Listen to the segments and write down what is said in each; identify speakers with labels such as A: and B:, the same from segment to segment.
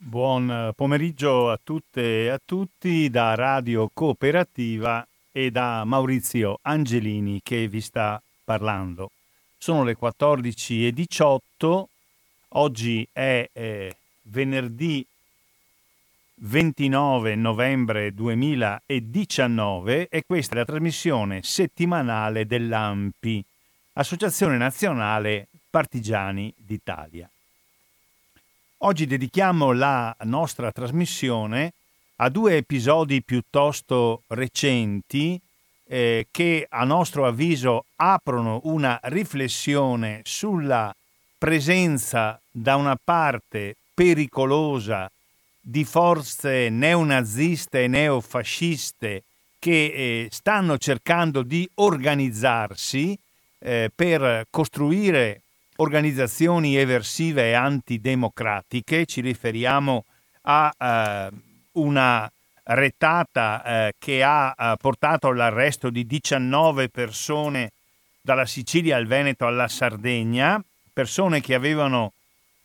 A: Buon pomeriggio a tutte e a tutti da Radio Cooperativa e da Maurizio Angelini che vi sta parlando. Sono le 14:18, oggi è venerdì 29 novembre 2019 e questa è la trasmissione settimanale dell'ANPI, Associazione Nazionale Partigiani d'Italia. Oggi dedichiamo la nostra trasmissione a due episodi piuttosto recenti che a nostro avviso aprono una riflessione sulla presenza da una parte pericolosa di forze neonaziste e neofasciste che stanno cercando di organizzarsi per costruire organizzazioni eversive e antidemocratiche. Ci riferiamo a una retata che ha portato all'arresto di 19 persone dalla Sicilia al Veneto alla Sardegna, persone che avevano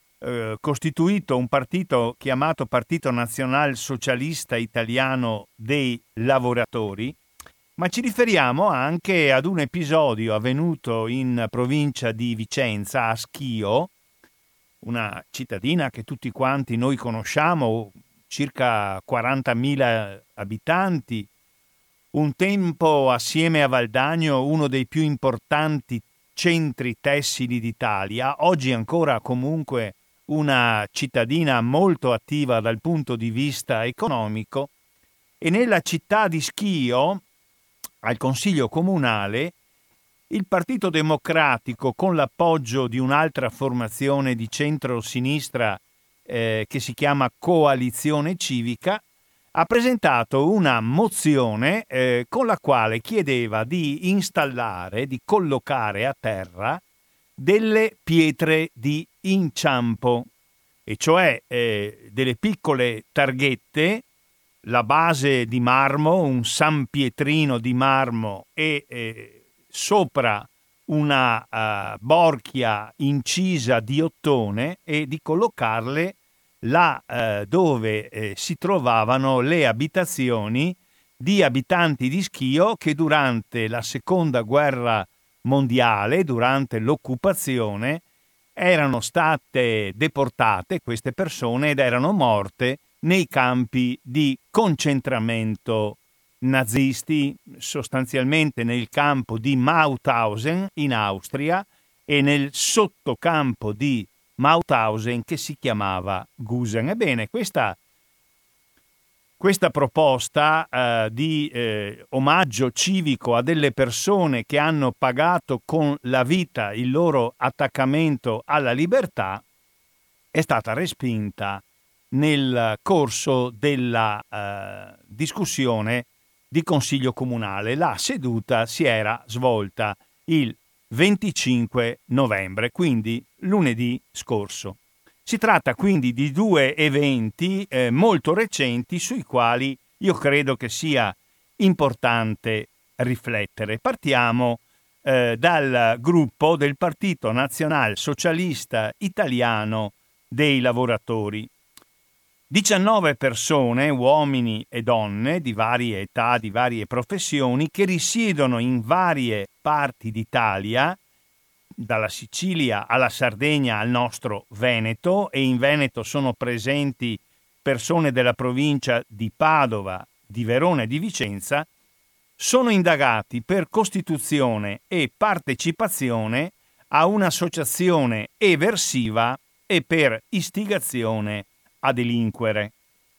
A: costituito un partito chiamato Partito Nazional Socialista Italiano dei Lavoratori. Ma ci riferiamo anche ad un episodio avvenuto in provincia di Vicenza, a Schio, una cittadina che tutti quanti noi conosciamo, circa 40.000 abitanti, un tempo assieme a Valdagno uno dei più importanti centri tessili d'Italia, oggi ancora comunque una cittadina molto attiva dal punto di vista economico, e nella città di Schio, al Consiglio Comunale, il Partito Democratico, con l'appoggio di un'altra formazione di centro-sinistra che si chiama Coalizione Civica, ha presentato una mozione con la quale chiedeva di installare, di collocare a terra delle pietre di inciampo, e cioè delle piccole targhette, la base di marmo, un San Pietrino di marmo e sopra una borchia incisa di ottone, e di collocarle là dove si trovavano le abitazioni di abitanti di Schio che durante la seconda guerra mondiale, durante l'occupazione, erano state deportate queste persone ed erano morte nei campi di concentramento nazisti, sostanzialmente nel campo di Mauthausen in Austria e nel sottocampo di Mauthausen che si chiamava Gusen. Ebbene, questa proposta di omaggio civico a delle persone che hanno pagato con la vita il loro attaccamento alla libertà è stata respinta nel corso della discussione di Consiglio Comunale. La seduta si era svolta il 25 novembre, quindi lunedì scorso. Si tratta quindi di due eventi molto recenti sui quali io credo che sia importante riflettere. Partiamo dal gruppo del Partito Nazional Socialista Italiano dei Lavoratori. 19 persone, uomini e donne di varie età, di varie professioni, che risiedono in varie parti d'Italia, dalla Sicilia alla Sardegna al nostro Veneto, e in Veneto sono presenti persone della provincia di Padova, di Verona e di Vicenza, sono indagati per costituzione e partecipazione a un'associazione eversiva e per istigazione a delinquere.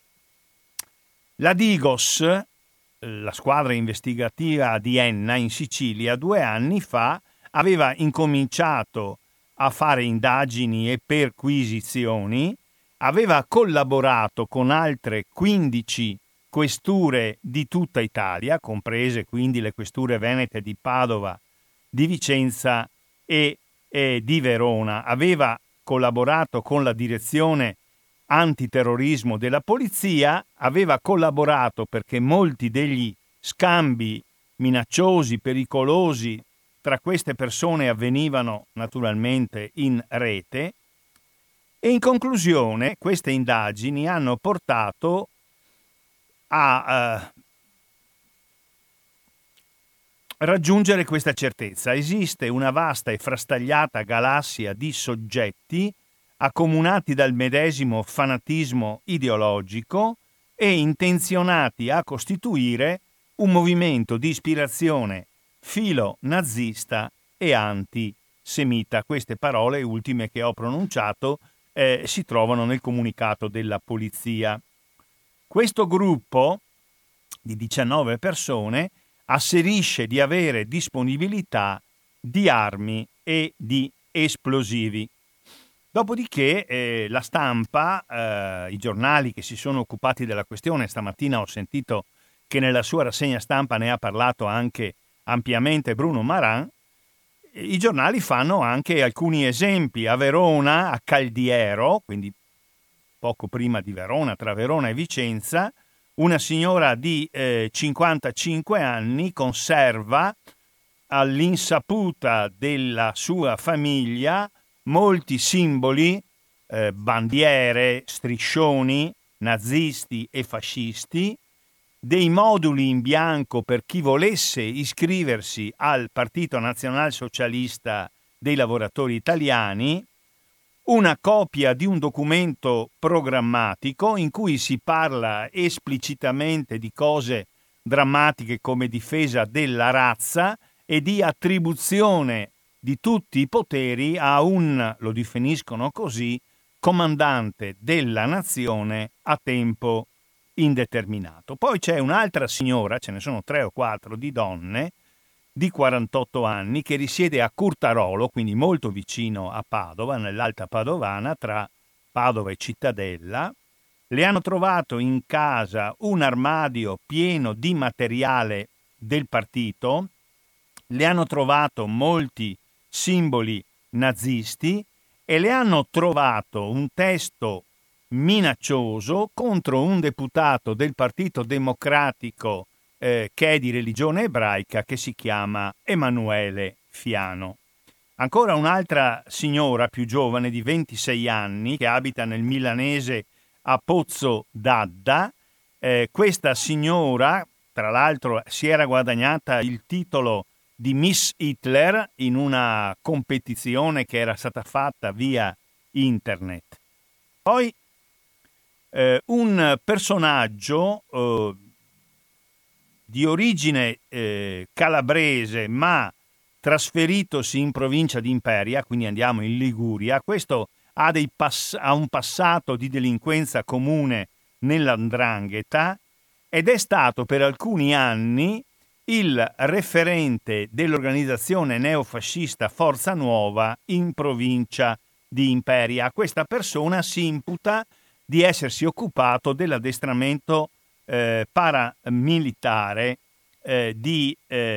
A: La Digos, la squadra investigativa di Enna in Sicilia, 2 anni fa aveva incominciato a fare indagini e perquisizioni, aveva collaborato con altre 15 questure di tutta Italia, comprese quindi le questure venete di Padova, di Vicenza e di Verona, aveva collaborato con la direzione antiterrorismo della polizia, aveva collaborato perché molti degli scambi minacciosi, pericolosi tra queste persone avvenivano naturalmente in rete, E in conclusione queste indagini hanno portato a raggiungere questa certezza: esiste una vasta e frastagliata galassia di soggetti accomunati dal medesimo fanatismo ideologico e intenzionati a costituire un movimento di ispirazione filo-nazista e antisemita. Queste parole ultime che ho pronunciato si trovano nel comunicato della polizia. Questo gruppo di 19 persone asserisce di avere disponibilità di armi e di esplosivi. Dopodiché la stampa, i giornali che si sono occupati della questione, stamattina ho sentito che nella sua rassegna stampa ne ha parlato anche ampiamente Bruno Maran, i giornali fanno anche alcuni esempi. A Verona, a Caldiero, quindi poco prima di Verona, tra Verona e Vicenza, una signora di 55 anni conserva all'insaputa della sua famiglia molti simboli, bandiere, striscioni nazisti e fascisti, dei moduli in bianco per chi volesse iscriversi al Partito Nazionalsocialista dei Lavoratori Italiani, una copia di un documento programmatico in cui si parla esplicitamente di cose drammatiche come difesa della razza e di attribuzione di tutti i poteri a un, lo definiscono così, comandante della nazione a tempo indeterminato. Poi c'è un'altra signora, ce ne sono 3 o 4 di donne, di 48 anni, che risiede a Curtarolo, quindi molto vicino a Padova, nell'Alta Padovana, tra Padova e Cittadella. Le hanno trovato in casa un armadio pieno di materiale del partito, le hanno trovato molti simboli nazisti e le hanno trovato un testo minaccioso contro un deputato del Partito Democratico che è di religione ebraica, che si chiama Emanuele Fiano. Ancora un'altra signora più giovane di 26 anni che abita nel milanese a Pozzo d'Adda. Questa signora, tra l'altro, si era guadagnata il titolo di Miss Hitler in una competizione che era stata fatta via internet. Poi un personaggio di origine calabrese ma trasferitosi in provincia di Imperia, quindi andiamo in Liguria. Questo ha un passato di delinquenza comune nell''ndrangheta ed è stato per alcuni anni il referente dell'organizzazione neofascista Forza Nuova in provincia di Imperia. A questa persona si imputa di essersi occupato dell'addestramento paramilitare di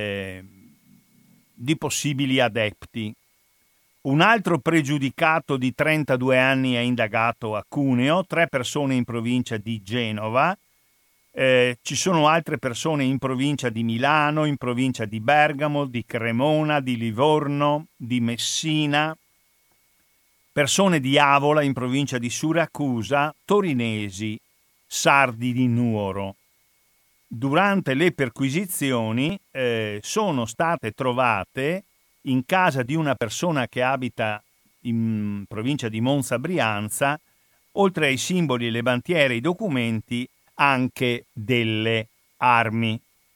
A: possibili adepti. Un altro pregiudicato di 32 anni è indagato a Cuneo, 3 persone in provincia di Genova, ci sono altre persone in provincia di Milano, in provincia di Bergamo, di Cremona, di Livorno, di Messina, persone di Avola in provincia di Siracusa, torinesi, sardi di Nuoro. Durante le perquisizioni sono state trovate in casa di una persona che abita in provincia di Monza Brianza, oltre ai simboli, le bandiere e i documenti, anche delle armi.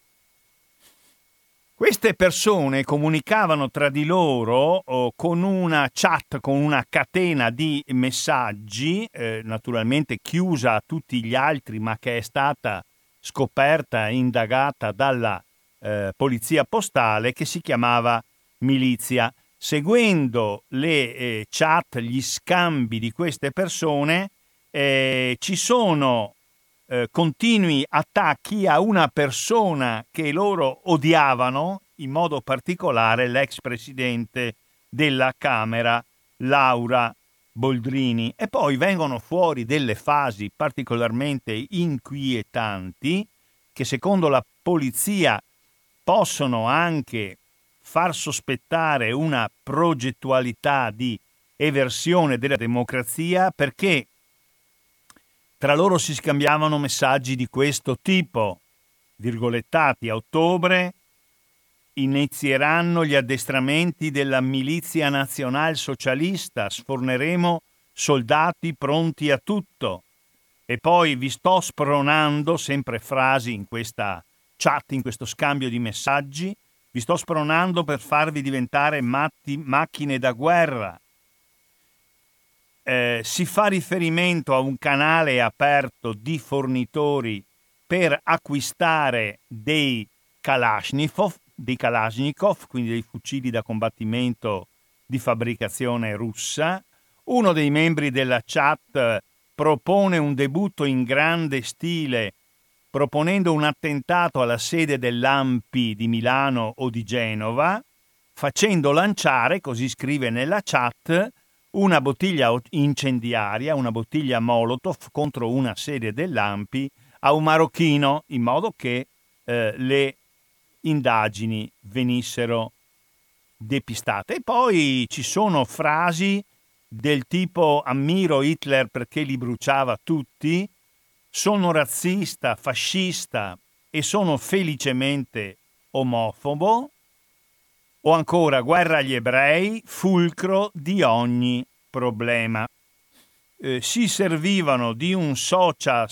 A: Queste persone comunicavano tra di loro con una chat, con una catena di messaggi, naturalmente chiusa a tutti gli altri, ma che è stata scoperta e indagata dalla polizia postale, che si chiamava Milizia. Seguendo le chat, gli scambi di queste persone, ci sono continui attacchi a una persona che loro odiavano, in modo particolare l'ex presidente della Camera, Laura Boldrini. E poi vengono fuori delle fasi particolarmente inquietanti che secondo la polizia possono anche far sospettare una progettualità di eversione della democrazia, perché tra loro si scambiavano messaggi di questo tipo, virgolettati: a ottobre inizieranno gli addestramenti della milizia nazionalsocialista, sforneremo soldati pronti a tutto. E poi vi sto spronando, sempre frasi in questa chat, in questo scambio di messaggi, vi sto spronando per farvi diventare macchine da guerra. Si fa riferimento a un canale aperto di fornitori per acquistare dei Kalashnikov, quindi dei fucili da combattimento di fabbricazione russa. Uno dei membri della chat propone un debutto in grande stile, proponendo un attentato alla sede dell'ANPI di Milano o di Genova, facendo lanciare, così scrive nella chat, una bottiglia incendiaria, una bottiglia Molotov contro una sede dell'ANPI a un marocchino, in modo che le indagini venissero depistate. E poi ci sono frasi del tipo: ammiro Hitler perché li bruciava tutti, sono razzista, fascista e sono felicemente omofobo, o ancora guerra agli ebrei, fulcro di ogni problema. Si servivano di un social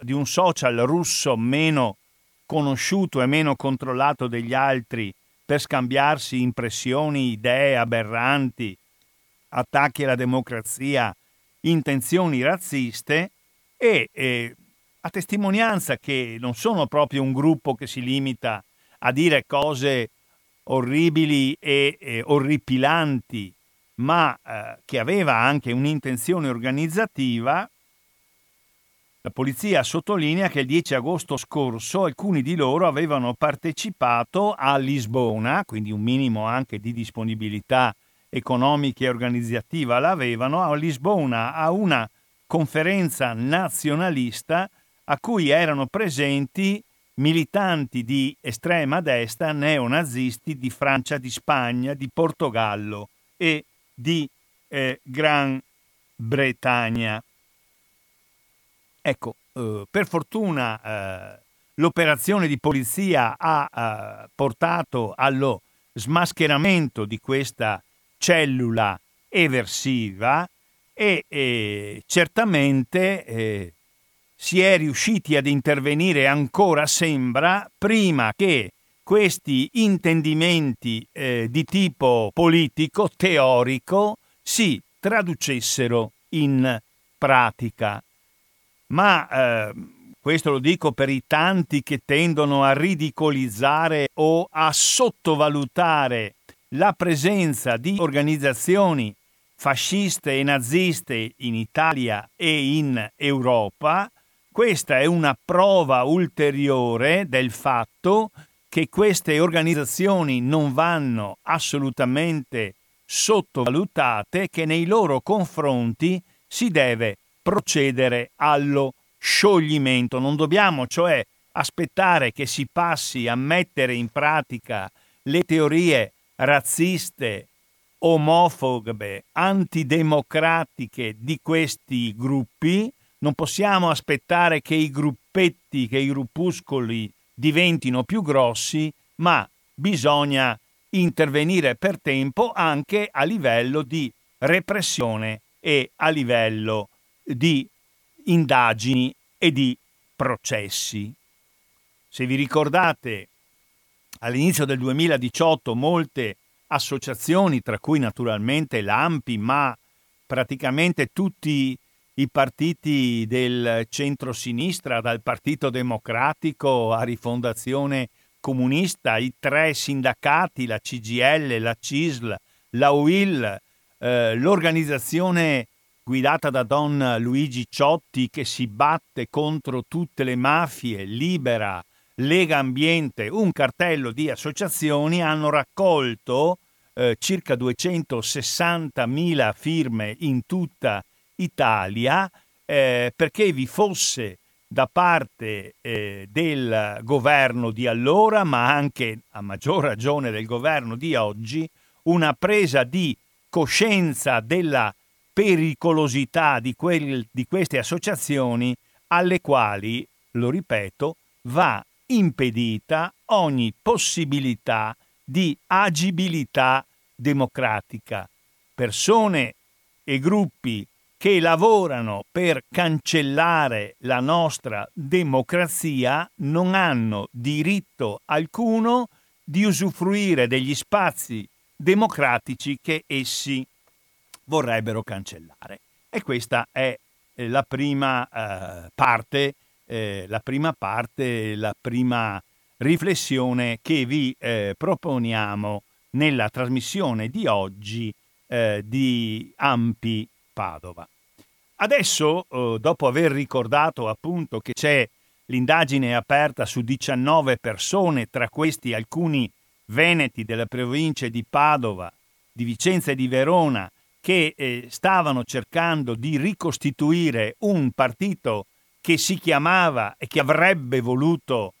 A: russo meno conosciuto e meno controllato degli altri per scambiarsi impressioni, idee aberranti, attacchi alla democrazia, intenzioni razziste, e a testimonianza che non sono proprio un gruppo che si limita a dire cose orribili e orripilanti, ma che aveva anche un'intenzione organizzativa. La polizia sottolinea che il 10 agosto scorso alcuni di loro avevano partecipato a Lisbona, quindi un minimo anche di disponibilità economica e organizzativa l'avevano, a Lisbona, a una conferenza nazionalista a cui erano presenti militanti di estrema destra, neonazisti di Francia, di Spagna, di Portogallo e di Gran Bretagna. Ecco, per fortuna l'operazione di polizia ha portato allo smascheramento di questa cellula eversiva e certamente si è riusciti ad intervenire, ancora sembra, prima che questi intendimenti di tipo politico, teorico, si traducessero in pratica. Ma questo lo dico per i tanti che tendono a ridicolizzare o a sottovalutare la presenza di organizzazioni fasciste e naziste in Italia e in Europa. Questa è una prova ulteriore del fatto che queste organizzazioni non vanno assolutamente sottovalutate, che nei loro confronti si deve procedere allo scioglimento. Non dobbiamo cioè aspettare che si passi a mettere in pratica le teorie razziste, omofobe, antidemocratiche di questi gruppi. Non possiamo aspettare che i gruppetti, che i gruppuscoli diventino più grossi, ma bisogna intervenire per tempo anche a livello di repressione e a livello di indagini e di processi. Se vi ricordate, all'inizio del 2018 molte associazioni, tra cui naturalmente l'ANPI, ma praticamente tutti i partiti del centro-sinistra, dal Partito Democratico a Rifondazione Comunista, i 3 sindacati, la CGIL, la CISL, la UIL, l'organizzazione guidata da Don Luigi Ciotti che si batte contro tutte le mafie, Libera, Lega Ambiente, un cartello di associazioni, hanno raccolto circa 260.000 firme in tutta Italia perché vi fosse da parte del governo di allora, ma anche a maggior ragione del governo di oggi, una presa di coscienza della pericolosità di queste associazioni alle quali, lo ripeto, va impedita ogni possibilità di agibilità democratica. Persone e gruppi che lavorano per cancellare la nostra democrazia non hanno diritto alcuno di usufruire degli spazi democratici che essi vorrebbero cancellare. E questa è la prima parte, la prima riflessione che vi proponiamo nella trasmissione di oggi di Ampi Padova. Adesso, dopo aver ricordato appunto che c'è l'indagine aperta su 19 persone, tra questi alcuni veneti della provincia di Padova, di Vicenza e di Verona, che stavano cercando di ricostituire un partito che si chiamava e che avrebbe voluto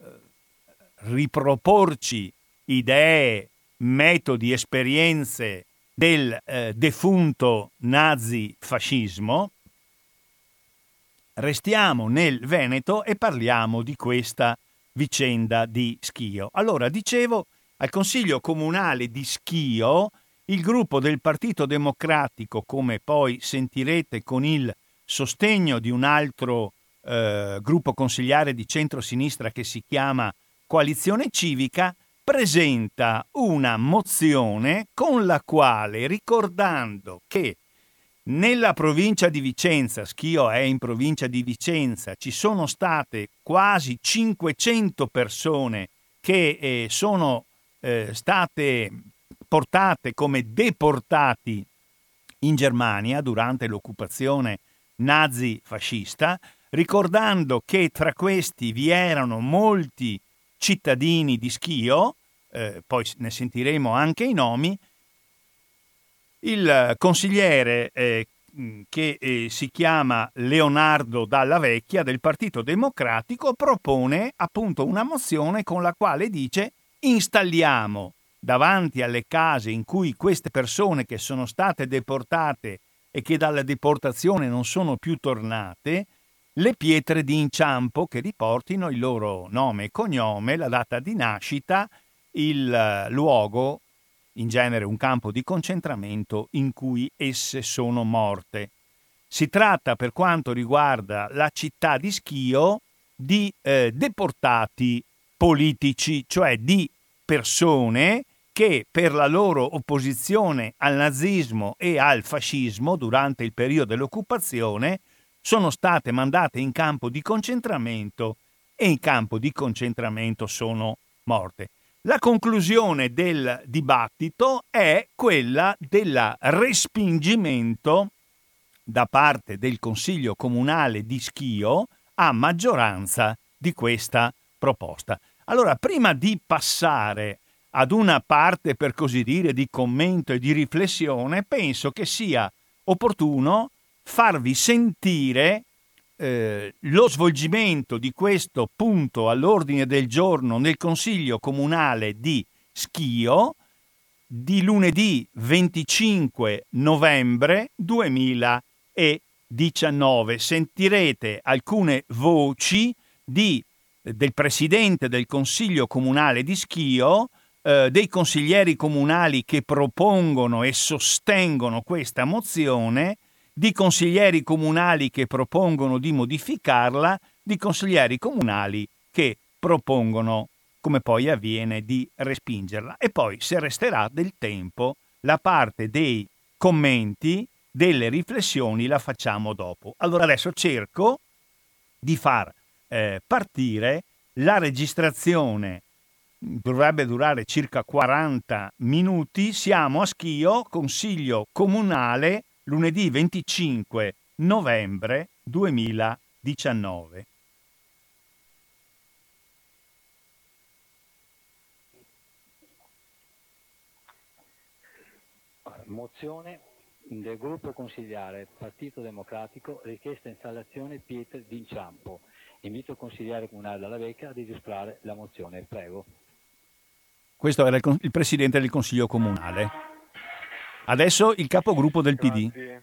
A: riproporci idee, metodi, esperienze del defunto nazifascismo. Restiamo nel Veneto e parliamo di questa vicenda di Schio. Allora, dicevo, al Consiglio Comunale di Schio, il gruppo del Partito Democratico, come poi sentirete con il sostegno di un altro gruppo consigliare di centrosinistra che si chiama Coalizione Civica, presenta una mozione con la quale, ricordando che nella provincia di Vicenza, Schio è in provincia di Vicenza, ci sono state quasi 500 persone che sono state portate come deportati in Germania durante l'occupazione nazi-fascista, ricordando che tra questi vi erano molti cittadini di Schio, poi ne sentiremo anche i nomi. Il consigliere che si chiama Leonardo Dalla Vecchia del Partito Democratico propone appunto una mozione con la quale dice: installiamo davanti alle case in cui queste persone che sono state deportate e che dalla deportazione non sono più tornate, le pietre di inciampo che riportino il loro nome e cognome, la data di nascita, il luogo, in genere un campo di concentramento, in cui esse sono morte. Si tratta, per quanto riguarda la città di Schio, di deportati politici, cioè di persone che per la loro opposizione al nazismo e al fascismo durante il periodo dell'occupazione sono state mandate in campo di concentramento e in campo di concentramento sono morte. La conclusione del dibattito è quella del respingimento da parte del Consiglio Comunale di Schio a maggioranza di questa proposta. Allora, prima di passare ad una parte, per così dire, di commento e di riflessione, penso che sia opportuno farvi sentire lo svolgimento di questo punto all'ordine del giorno nel Consiglio Comunale di Schio di lunedì 25 novembre 2019. Sentirete alcune voci del presidente del Consiglio Comunale di Schio, dei consiglieri comunali che propongono e sostengono questa mozione, di consiglieri comunali che propongono di modificarla, di consiglieri comunali che propongono, come poi avviene, di respingerla. E poi, se resterà del tempo, la parte dei commenti, delle riflessioni la facciamo dopo. Allora adesso cerco di far partire la registrazione. Dovrebbe durare circa 40 minuti. Siamo a Schio, Consiglio Comunale, lunedì 25 novembre 2019.
B: Mozione del gruppo consigliare Partito Democratico, richiesta installazione pietre d'inciampo. Invito il consigliere comunale Dalla Vecchia ad illustrare la mozione, prego.
A: Questo era il presidente del Consiglio Comunale. Adesso il capogruppo del PD.
C: Grazie.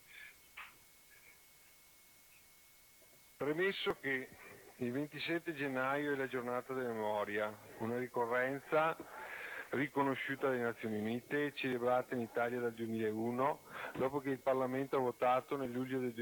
C: Premesso che il 27 gennaio è la giornata della memoria, una ricorrenza riconosciuta dalle Nazioni Unite e celebrata in Italia dal 2001, dopo che il Parlamento ha votato nel luglio del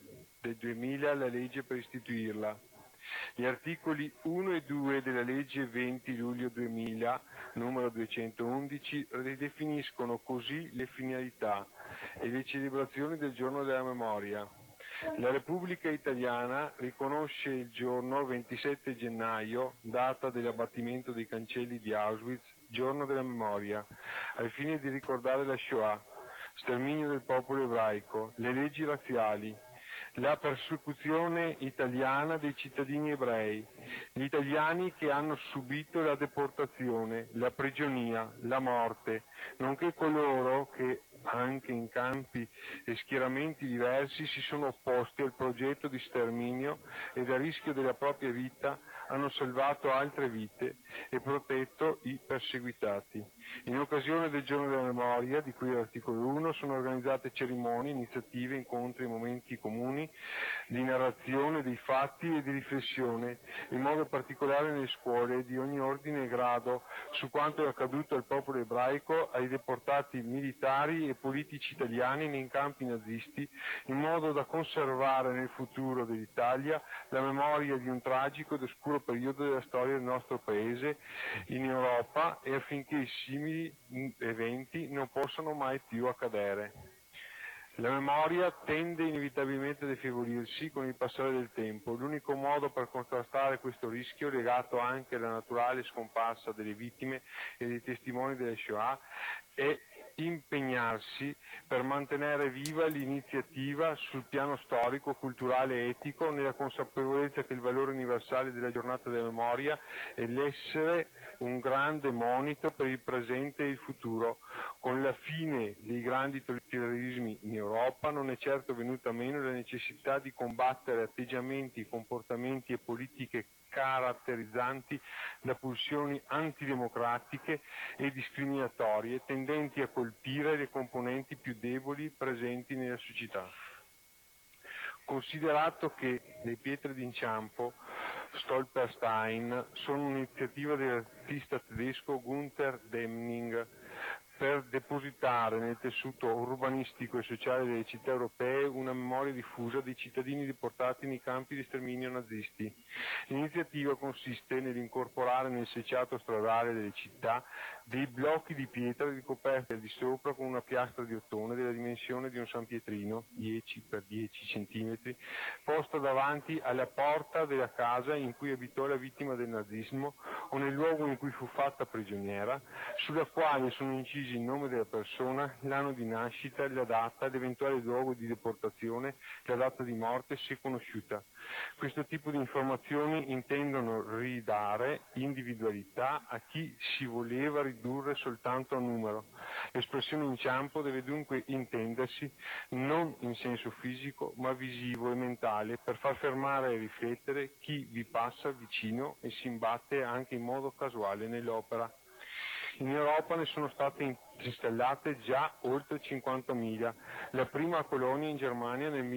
C: 2000 la legge per istituirla. Gli articoli 1 e 2 della legge 20 luglio 2000, numero 211, ridefiniscono così le finalità e le celebrazioni del giorno della memoria. La Repubblica Italiana riconosce il giorno 27 gennaio, data dell'abbattimento dei cancelli di Auschwitz, giorno della memoria, al fine di ricordare la Shoah, sterminio del popolo ebraico, le leggi razziali, la persecuzione italiana dei cittadini ebrei, gli italiani che hanno subito la deportazione, la prigionia, la morte, nonché coloro che anche in campi e schieramenti diversi si sono opposti al progetto di sterminio ed a rischio della propria vita hanno salvato altre vite e protetto i perseguitati. In occasione del giorno della memoria, di cui all'articolo 1, sono organizzate cerimonie, iniziative, incontri e momenti comuni di narrazione dei fatti e di riflessione, in modo particolare nelle scuole di ogni ordine e grado, su quanto è accaduto al popolo ebraico, ai deportati militari e politici italiani nei campi nazisti, in modo da conservare nel futuro dell'Italia la memoria di un tragico ed oscuro periodo della storia del nostro Paese in Europa e affinché simili eventi non possano mai più accadere. La memoria tende inevitabilmente ad affievolirsi con il passare del tempo. L'unico modo per contrastare questo rischio, legato anche alla naturale scomparsa delle vittime e dei testimoni della Shoah, è impegnarsi per mantenere viva l'iniziativa sul piano storico, culturale e etico, nella consapevolezza che il valore universale della giornata della memoria è l'essere un grande monito per il presente e il futuro. Con la fine dei grandi totalitarismi in Europa non è certo venuta meno la necessità di combattere atteggiamenti, comportamenti e politiche caratterizzanti da pulsioni antidemocratiche e discriminatorie tendenti a colpire le componenti più deboli presenti nella società. Considerato che le pietre d'inciampo Stolperstein sono un'iniziativa dell'artista tedesco Günther Demning per depositare nel tessuto urbanistico e sociale delle città europee una memoria diffusa dei cittadini deportati nei campi di sterminio nazisti. L'iniziativa consiste nell'incorporare nel selciato stradale delle città dei blocchi di pietra ricoperti al di sopra con una piastra di ottone della dimensione di un San Pietrino, 10 x 10 cm, posta davanti alla porta della casa in cui abitò la vittima del nazismo o nel luogo in cui fu fatta prigioniera, sulla quale sono incisi il nome della persona, l'anno di nascita, la data, l'eventuale luogo di deportazione, la data di morte se conosciuta. Questo tipo di informazioni intendono ridare individualità a chi si voleva ridurre soltanto a numero. L'espressione inciampo deve dunque intendersi non in senso fisico ma visivo e mentale, per far fermare e riflettere chi vi passa vicino e si imbatte anche in modo casuale nell'opera. In Europa ne sono state installate già oltre 50.000, la prima colonia in Germania nel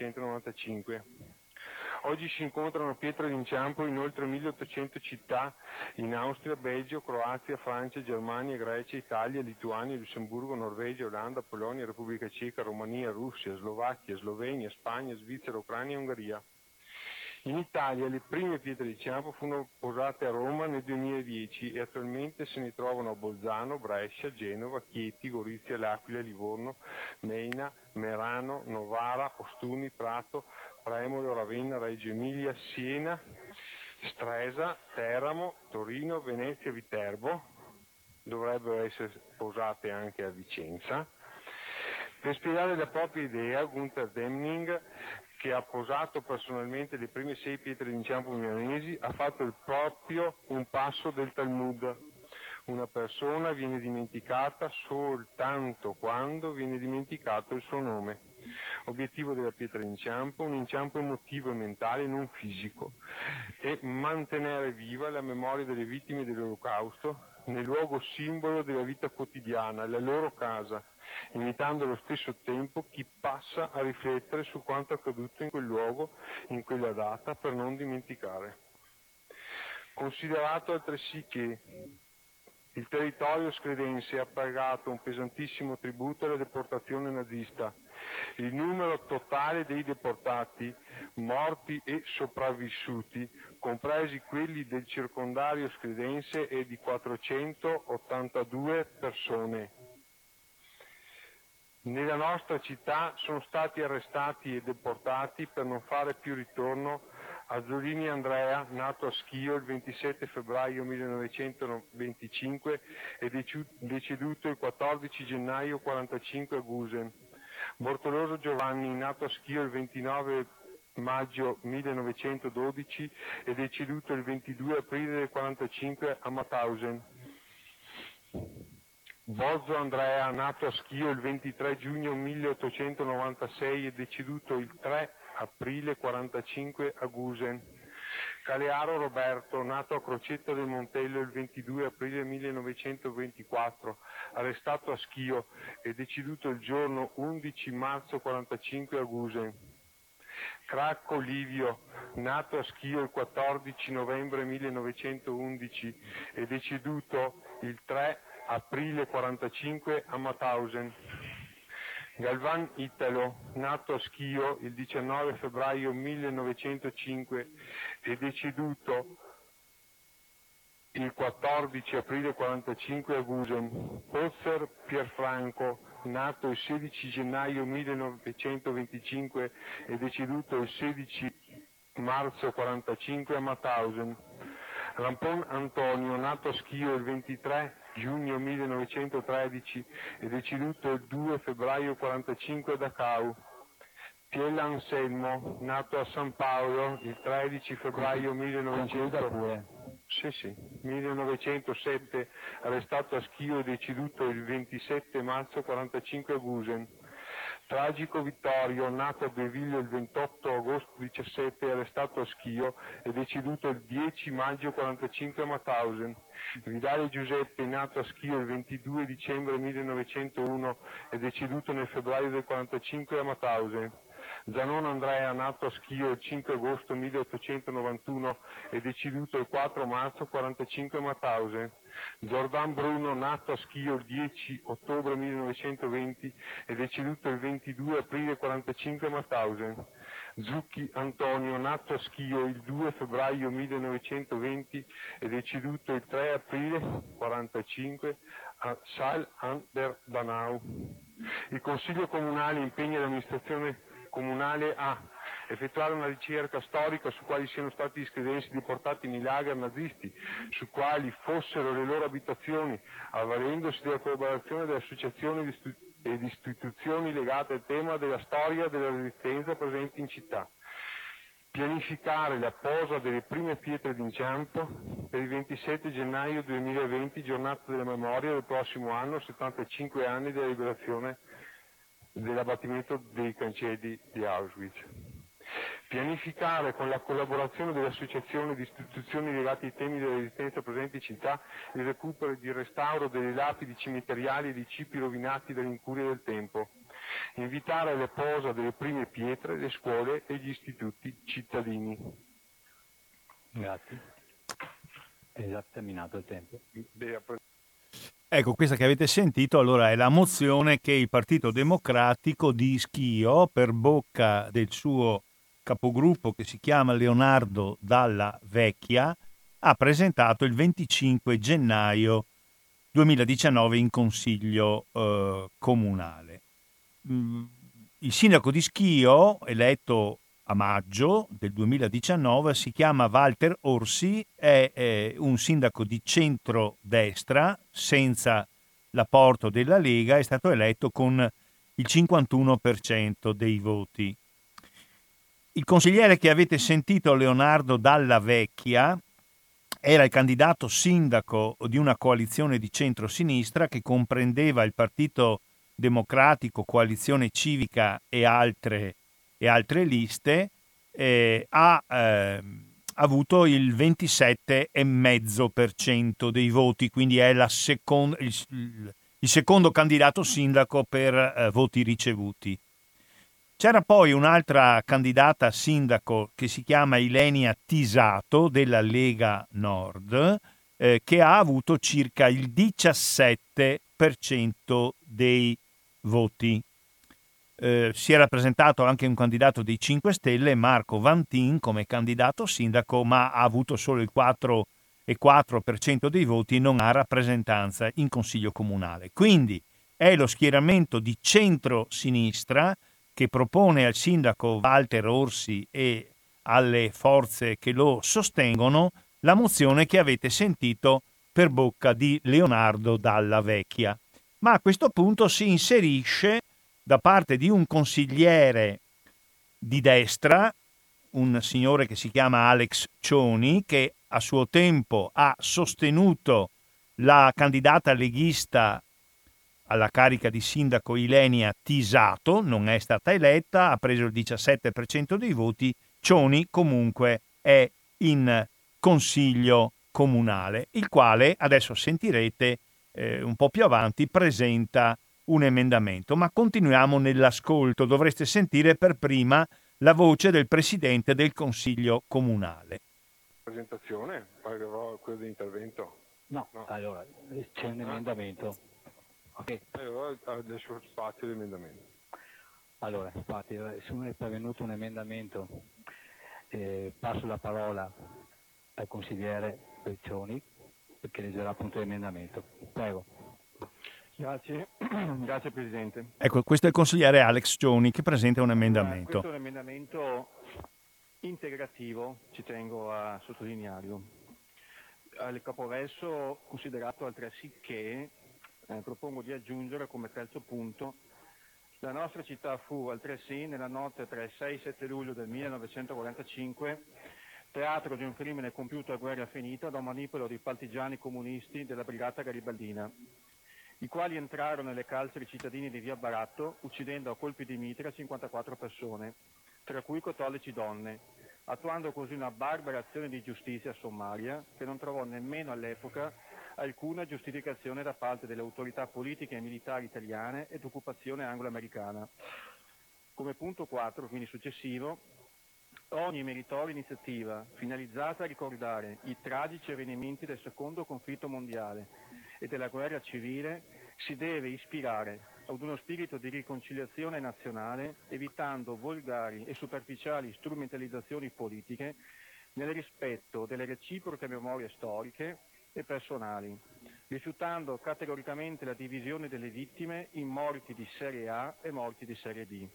C: 1995. Oggi si incontrano pietre d'inciampo in oltre 1800 città in Austria, Belgio, Croazia, Francia, Germania, Grecia, Italia, Lituania, Lussemburgo, Norvegia, Olanda, Polonia, Repubblica Ceca, Romania, Russia, Slovacchia, Slovenia, Spagna, Svizzera, Ucraina e Ungheria. In Italia le prime pietre d'inciampo furono posate a Roma nel 2010 e attualmente se ne trovano a Bolzano, Brescia, Genova, Chieti, Gorizia, L'Aquila, Livorno, Meina, Merano, Novara, Ostuni, Prato, Premolo, Ravenna, Reggio Emilia, Siena, Stresa, Teramo, Torino, Venezia, Viterbo, dovrebbero essere posate anche a Vicenza. Per spiegare la propria idea, Günther Demning, che ha posato personalmente le prime 6 pietre d'inciampo milanesi, ha fatto proprio un passo del Talmud. Una persona viene dimenticata soltanto quando viene dimenticato il suo nome. Obiettivo della pietra d'inciampo, un inciampo emotivo e mentale, non fisico, e mantenere viva la memoria delle vittime dell'Olocausto, nel luogo simbolo della vita quotidiana, la loro casa, invitando allo stesso tempo chi passa a riflettere su quanto accaduto in quel luogo, in quella data, per non dimenticare. Considerato altresì che il territorio scledense ha pagato un pesantissimo tributo alla deportazione nazista. Il numero totale dei deportati, morti e sopravvissuti, compresi quelli del circondario scledense, è di 482 persone. Nella nostra città sono stati arrestati e deportati per non fare più ritorno Azzolini Andrea, nato a Schio il 27 febbraio 1925 e deceduto il 14 gennaio 1945 a Gusen. Bortoloso Giovanni, nato a Schio il 29 maggio 1912 e deceduto il 22 aprile 1945 a Mauthausen. Bozzo Andrea, nato a Schio il 23 giugno 1896 e deceduto il 3 aprile 1945 a Gusen. Calearo Roberto, nato a Crocetta del Montello il 22 aprile 1924, arrestato a Schio e deceduto il giorno 11 marzo 1945 a Gusen. Cracco Livio, nato a Schio il 14 novembre 1911 e deceduto il 3 aprile 1945 a Mauthausen. Galvan Italo, nato a Schio il 19 febbraio 1905 e deceduto il 14 aprile 1945 a Gusen. Pozzer Pierfranco, nato il 16 gennaio 1925 e deceduto il 16 marzo 1945 a Mauthausen. Rampon Antonio, nato a Schio il 23 giugno 1913 e deceduto il 2 febbraio 1945 a Dachau. Piella Anselmo, nato a San Paolo il 13 febbraio 1907, arrestato a Schio e deceduto il 27 marzo 1945 a Gusen. Tragico Vittorio, nato a Beviglio il 28 agosto 17, arrestato a Schio e deceduto il 10 maggio 1945 a Mauthausen. Vidale Giuseppe, nato a Schio il 22 dicembre 1901 e deceduto nel febbraio del 1945 a Mauthausen. Zanon Andrea, nato a Schio il 5 agosto 1891 e deceduto il 4 marzo 1945 a Mauthausen. Jordan Bruno, nato a Schio il 10 ottobre 1920 e deceduto il 22 aprile 1945 a Mauthausen. Zucchi Antonio, nato a Schio il 2 febbraio 1920 e deceduto il 3 aprile 1945 a Saal an der Donau. Il Consiglio Comunale impegna l'amministrazione comunale a effettuare una ricerca storica su quali siano stati gli scledensi deportati nei lager nazisti, su quali fossero le loro abitazioni, avvalendosi della collaborazione delle associazioni ed istituzioni legate al tema della storia della resistenza presenti in città. Pianificare la posa delle prime pietre d'inciampo per il 27 gennaio 2020, giornata della memoria del prossimo anno, 75 anni della liberazione dell'abbattimento dei cancelli di Auschwitz. Pianificare con la collaborazione delle associazioni di istituzioni legate ai temi della resistenza presenti in città il recupero ed il restauro delle lapidi cimiteriali e dei cipi rovinati dall'incuria del tempo. Invitare alla posa delle prime pietre le scuole e gli istituti cittadini.
B: Grazie. È già terminato il tempo.
A: Ecco, questa che avete sentito allora è la mozione che il Partito Democratico di Schio, per bocca del suo capogruppo che si chiama Leonardo Dalla Vecchia, ha presentato il 25 gennaio 2019 in Consiglio Comunale. Il sindaco di Schio, eletto a maggio del 2019, si chiama Walter Orsi, è un sindaco di centro-destra, senza l'apporto della Lega, è stato eletto con il 51% dei voti. Il consigliere che avete sentito, Leonardo Dalla Vecchia, era il candidato sindaco di una coalizione di centro-sinistra che comprendeva il Partito Democratico, Coalizione Civica e altre liste. Ha ha avuto il 27,5% dei voti, quindi è il secondo candidato sindaco per voti ricevuti. C'era poi un'altra candidata sindaco che si chiama Ilenia Tisato della Lega Nord, che ha avuto circa il 17% dei voti. Si era presentato anche un candidato dei 5 Stelle, Marco Vantin, come candidato sindaco, ma ha avuto solo il 4,4% dei voti e non ha rappresentanza in consiglio comunale. Quindi è lo schieramento di centro-sinistra che propone al sindaco Walter Orsi e alle forze che lo sostengono la mozione che avete sentito per bocca di Leonardo Dalla Vecchia. Ma a questo punto si inserisce da parte di un consigliere di destra, un signore che si chiama Alex Cioni, che a suo tempo ha sostenuto la candidata leghista alla carica di sindaco Ilenia Tisato, non è stata eletta, ha preso il 17% dei voti. Cioni comunque è in consiglio comunale, il quale, adesso sentirete un po' più avanti, presenta un emendamento. Ma continuiamo nell'ascolto, dovreste sentire per prima la voce del presidente del consiglio comunale.
C: Presentazione, poi quello di intervento.
B: No, allora c'è un emendamento. Okay.
C: Allora adesso spazio l'emendamento.
B: Allora, infatti, è pervenuto un emendamento, passo la parola al consigliere Belcioni che leggerà appunto l'emendamento. Prego.
D: Grazie Presidente.
A: Ecco, questo è il consigliere Alex Cioni che presenta un emendamento.
D: Questo è un emendamento integrativo, ci tengo a sottolinearlo. Al capoverso considerato altresì che propongo di aggiungere come terzo punto: la nostra città fu altresì nella notte tra il 6 e il 7 luglio del 1945 teatro di un crimine compiuto a guerra finita da un manipolo di partigiani comunisti della Brigata Garibaldina, i quali entrarono nelle carceri cittadine di via Baratto uccidendo a colpi di mitra 54 persone, tra cui 14 donne, attuando così una barbara azione di giustizia sommaria che non trovò nemmeno all'epoca alcuna giustificazione da parte delle autorità politiche e militari italiane ed occupazione anglo-americana. Come punto 4, quindi successivo, ogni meritoria iniziativa finalizzata a ricordare i tragici avvenimenti del secondo conflitto mondiale e della guerra civile si deve ispirare ad uno spirito di riconciliazione nazionale, evitando volgari e superficiali strumentalizzazioni politiche nel rispetto delle reciproche memorie storiche e personali, rifiutando categoricamente la divisione delle vittime in morti di serie A e morti di serie B.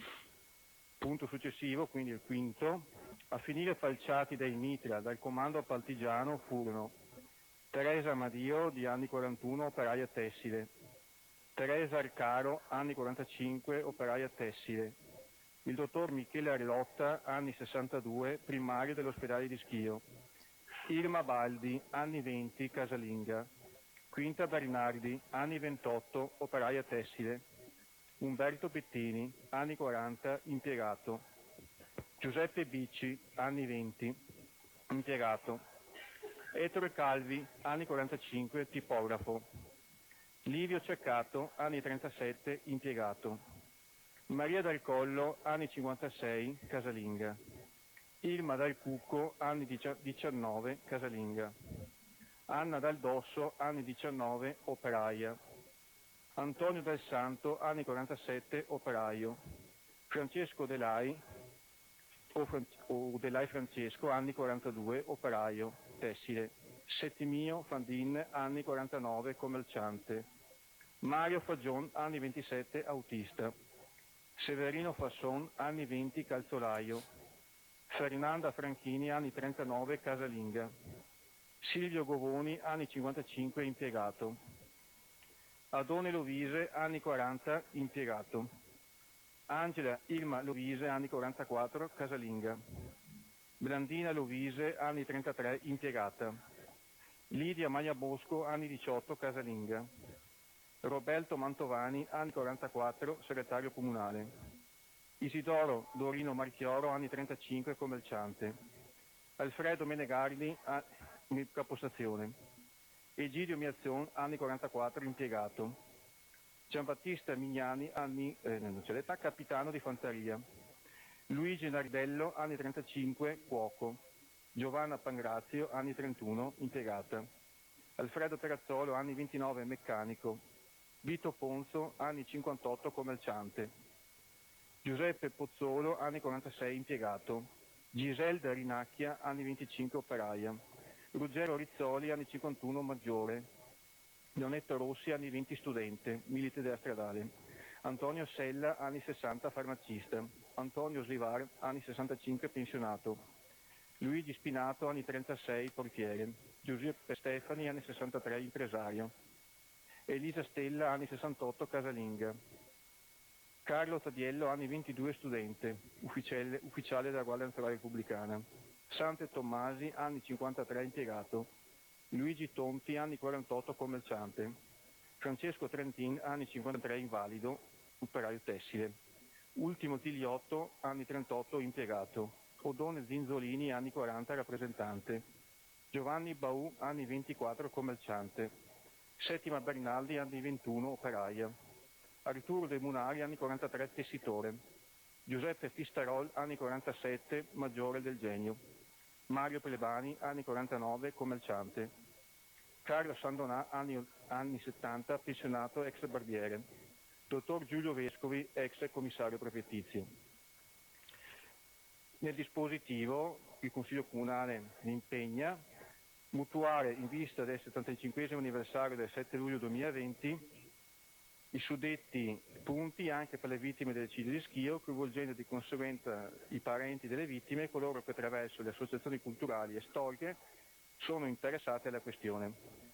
D: Punto successivo, quindi il quinto: a finire falciati dai mitra dal comando partigiano furono Teresa Amadio, di anni 41, operaia tessile; Teresa Arcaro, anni 45, operaia tessile; il dottor Michele Arlotta, anni 62, primario dell'ospedale di Schio; Irma Baldi, anni 20, casalinga; Quinta Bernardi, anni 28, operaia tessile; Umberto Bettini, anni 40, impiegato; Giuseppe Bicci, anni 20, impiegato; Ettore Calvi, anni 45, tipografo; Livio Ceccato, anni 37, impiegato; Maria Dal Collo, anni 56, casalinga; Irma Dal Cucco, anni 19, casalinga; Anna Dal Dosso, anni 19, operaia; Antonio Del Santo, anni 47, operaio; Francesco Delai, o Delai Francesco, anni 42, operaio, tessile; Settimio Fandin, anni 49, commerciante; Mario Fagion, anni 27, autista; Severino Fasson, anni 20, calzolaio; Fernanda Franchini, anni 39, casalinga; Silvio Govoni, anni 55, impiegato; Adone Lovise, anni 40, impiegato; Angela Irma Lovise, anni 44, casalinga; Blandina Lovise, anni 33, impiegata; Lidia Maia Bosco, anni 18, casalinga; Roberto Mantovani, anni 44, segretario comunale; Isidoro Dorino Marchioro, anni 35, commerciante; Alfredo Menegardi, capostazione. Egidio Miazzon, anni 44, impiegato. Giambattista Mignani, anni, non c'è l'età, capitano di fanteria. Luigi Nardello, anni 35, cuoco. Giovanna Pangrazio, anni 31, impiegata. Alfredo Terrazzolo, anni 29, meccanico. Vito Ponzo, anni 58, commerciante. Giuseppe Pozzolo, anni 46, impiegato. Giselda Rinacchia, anni 25, operaia. Ruggero Rizzoli, anni 51, maggiore. Leonetto Rossi, anni 20, studente, milite della stradale. Antonio Sella, anni 60, farmacista. Antonio Slivar, anni 65, pensionato. Luigi Spinato, anni 36, portiere. Giuseppe Stefani, anni 63, impresario. Elisa Stella, anni 68, casalinga. Carlo Tadiello, anni 22, studente, ufficiale della Guardia Nazionale Repubblicana. Sante Tommasi, anni 53, impiegato. Luigi Tonti, anni 48, commerciante. Francesco Trentin, anni 53, invalido, operaio tessile. Ultimo Tigliotto, anni 38, impiegato. Odone Zinzolini, anni 40, rappresentante. Giovanni Baù, anni 24, commerciante. Settima Bernaldi, anni 21, operaia. Arturo De Munari, anni 43, tessitore. Giuseppe Fistarol, anni 47, maggiore del genio. Mario Plebani, anni 49, commerciante. Carlo Sandonà, anni 70, pensionato, ex barbiere. Dottor Giulio Vescovi, ex commissario prefettizio. Nel dispositivo il Consiglio Comunale mi impegna mutuare in vista del 75° anniversario del 7 luglio 2020 i suddetti punti anche per le vittime dell'eccidio di Schio, coinvolgendo di conseguenza i parenti delle vittime e coloro che attraverso le associazioni culturali e storiche sono interessate alla questione.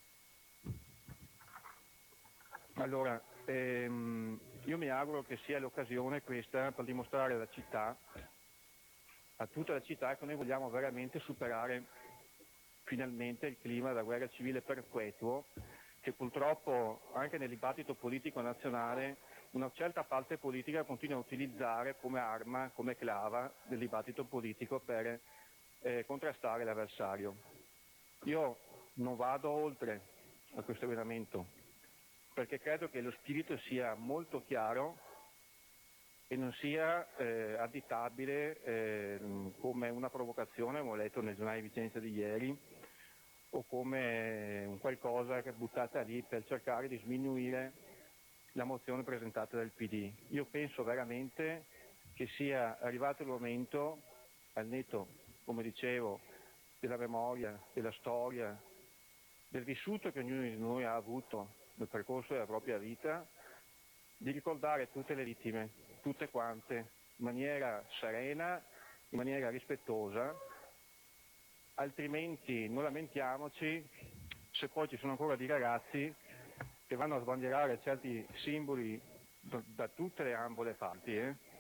D: Allora, io mi auguro che sia l'occasione questa per dimostrare alla città, a tutta la città, che noi vogliamo veramente superare finalmente il clima della guerra civile perpetuo, che purtroppo anche nel dibattito politico nazionale una certa parte politica continua a utilizzare come arma, come clava del dibattito politico per contrastare l'avversario. Io non vado oltre a questo emendamento perché credo che lo spirito sia molto chiaro e non sia additabile come una provocazione, come ho letto nel giornale di Vicenza di ieri, o come un qualcosa che è buttata lì per cercare di sminuire la mozione presentata dal PD. Io penso veramente che sia arrivato il momento, al netto, come dicevo, della memoria, della storia, del vissuto che ognuno di noi ha avuto nel percorso della propria vita, di ricordare tutte le vittime, tutte quante, in maniera serena, in maniera rispettosa. Altrimenti non lamentiamoci se poi ci sono ancora dei ragazzi che vanno a sbandierare certi simboli da tutte le ambo le parti,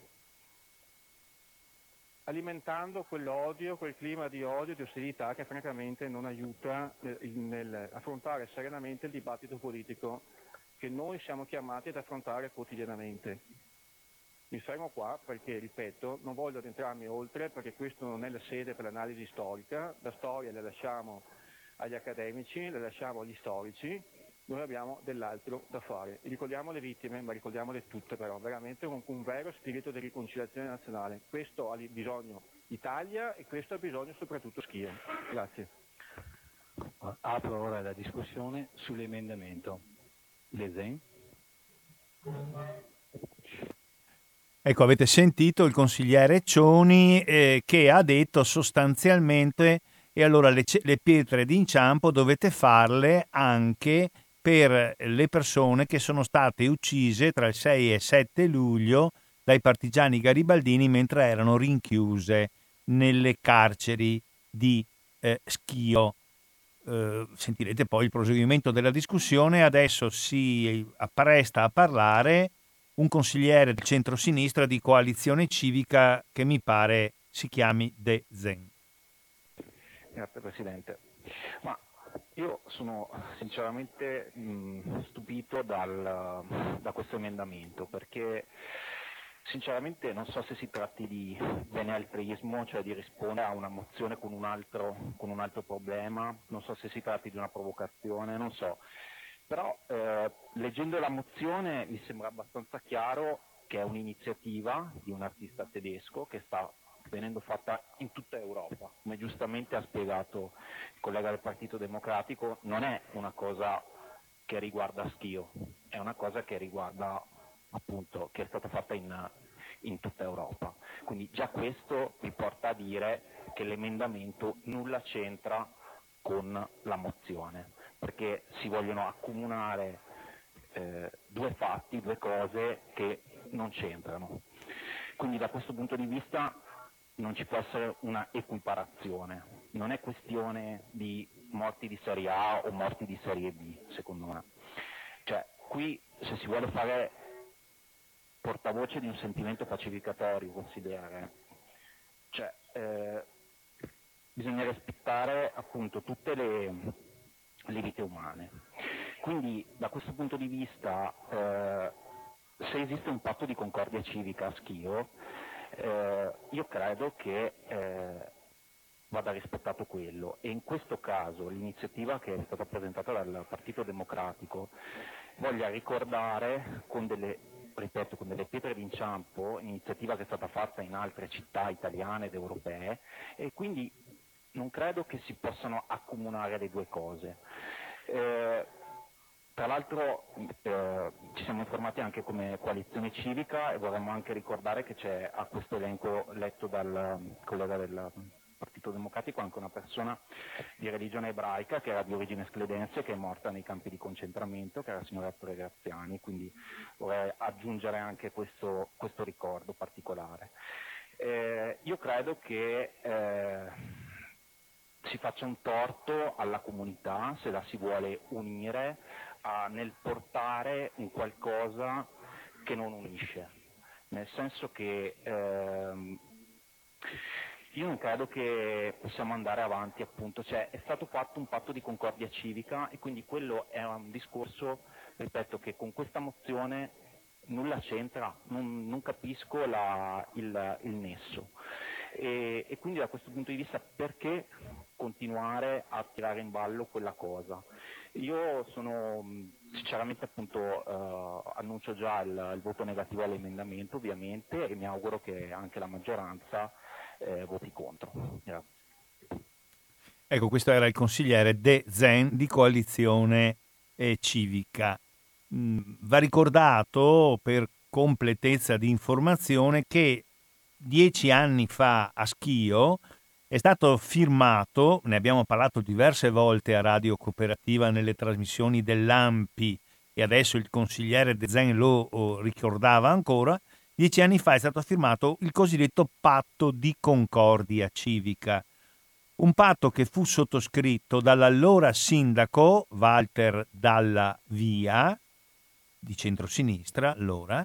D: alimentando quell'odio, quel clima di odio, di ostilità che francamente non aiuta nell'affrontare serenamente il dibattito politico che noi siamo chiamati ad affrontare quotidianamente. Mi fermo qua perché, ripeto, non voglio addentrarmi oltre perché questo non è la sede per l'analisi storica, la storia la lasciamo agli accademici, la lasciamo agli storici, noi abbiamo dell'altro da fare. Ricordiamo le vittime, ma ricordiamole tutte però, veramente con un vero spirito di riconciliazione nazionale. Questo ha bisogno Italia e questo ha bisogno soprattutto Schio. Grazie.
B: Apro ora la discussione sull'emendamento. Lezen.
A: Ecco, avete sentito il consigliere Cioni che ha detto sostanzialmente e allora le pietre d'inciampo dovete farle anche per le persone che sono state uccise tra il 6 e 7 luglio dai partigiani garibaldini mentre erano rinchiuse nelle carceri di Schio. Sentirete poi il proseguimento della discussione. Adesso si appresta a parlare un consigliere del centro-sinistra di Coalizione Civica che mi pare si chiami De Zen.
E: Grazie Presidente. Ma io sono sinceramente stupito da questo emendamento perché Sinceramente non so se si tratti di benaltrismo, cioè di rispondere a una mozione con un altro problema, non so se si tratti di una provocazione, non so. Però leggendo la mozione mi sembra abbastanza chiaro che è un'iniziativa di un artista tedesco che sta venendo fatta in tutta Europa. Come giustamente ha spiegato il collega del Partito Democratico, non è una cosa che riguarda Schio, è una cosa che riguarda appunto che è stata fatta in tutta Europa. Quindi già questo mi porta a dire che l'emendamento nulla c'entra con la mozione, perché si vogliono accomunare due fatti, due cose che non c'entrano. Quindi da questo punto di vista non ci può essere una equiparazione, non è questione di morti di serie A o morti di serie B, secondo me. Cioè, qui se si vuole fare portavoce di un sentimento pacificatorio, consigliere, cioè bisogna rispettare appunto tutte le vite umane. Quindi da questo punto di vista se esiste un patto di concordia civica a Schio, io credo che vada rispettato quello, e in questo caso l'iniziativa che è stata presentata dal Partito Democratico voglia ricordare con delle pietre d'inciampo, iniziativa che è stata fatta in altre città italiane ed europee, e quindi non credo che si possano accomunare le due cose. Tra l'altro ci siamo informati anche come coalizione civica e vorremmo anche ricordare che c'è a questo elenco letto dal collega del Partito Democratico anche una persona di religione ebraica che era di origine scledense, che è morta nei campi di concentramento, che era la signora Ettore Graziani, quindi vorrei aggiungere anche questo ricordo particolare. Io credo che si faccia un torto alla comunità se la si vuole unire nel portare un qualcosa che non unisce, nel senso che io non credo che possiamo andare avanti, appunto, cioè è stato fatto un patto di concordia civica e quindi quello è un discorso, ripeto, che con questa mozione nulla c'entra, non capisco il nesso. E quindi da questo punto di vista perché continuare a tirare in ballo quella cosa? Io sono sinceramente appunto annuncio già il voto negativo all'emendamento ovviamente e mi auguro che anche la maggioranza voti contro. Grazie.
A: Ecco, questo era il consigliere De Zen di Coalizione Civica. Va ricordato per completezza di informazione che 10 anni fa a Schio è stato firmato, ne abbiamo parlato diverse volte a Radio Cooperativa nelle trasmissioni dell'AMPI e adesso il consigliere De Zen lo ricordava ancora, 10 anni fa è stato firmato il cosiddetto patto di concordia civica, un patto che fu sottoscritto dall'allora sindaco Walter Dalla Via, di centrosinistra allora,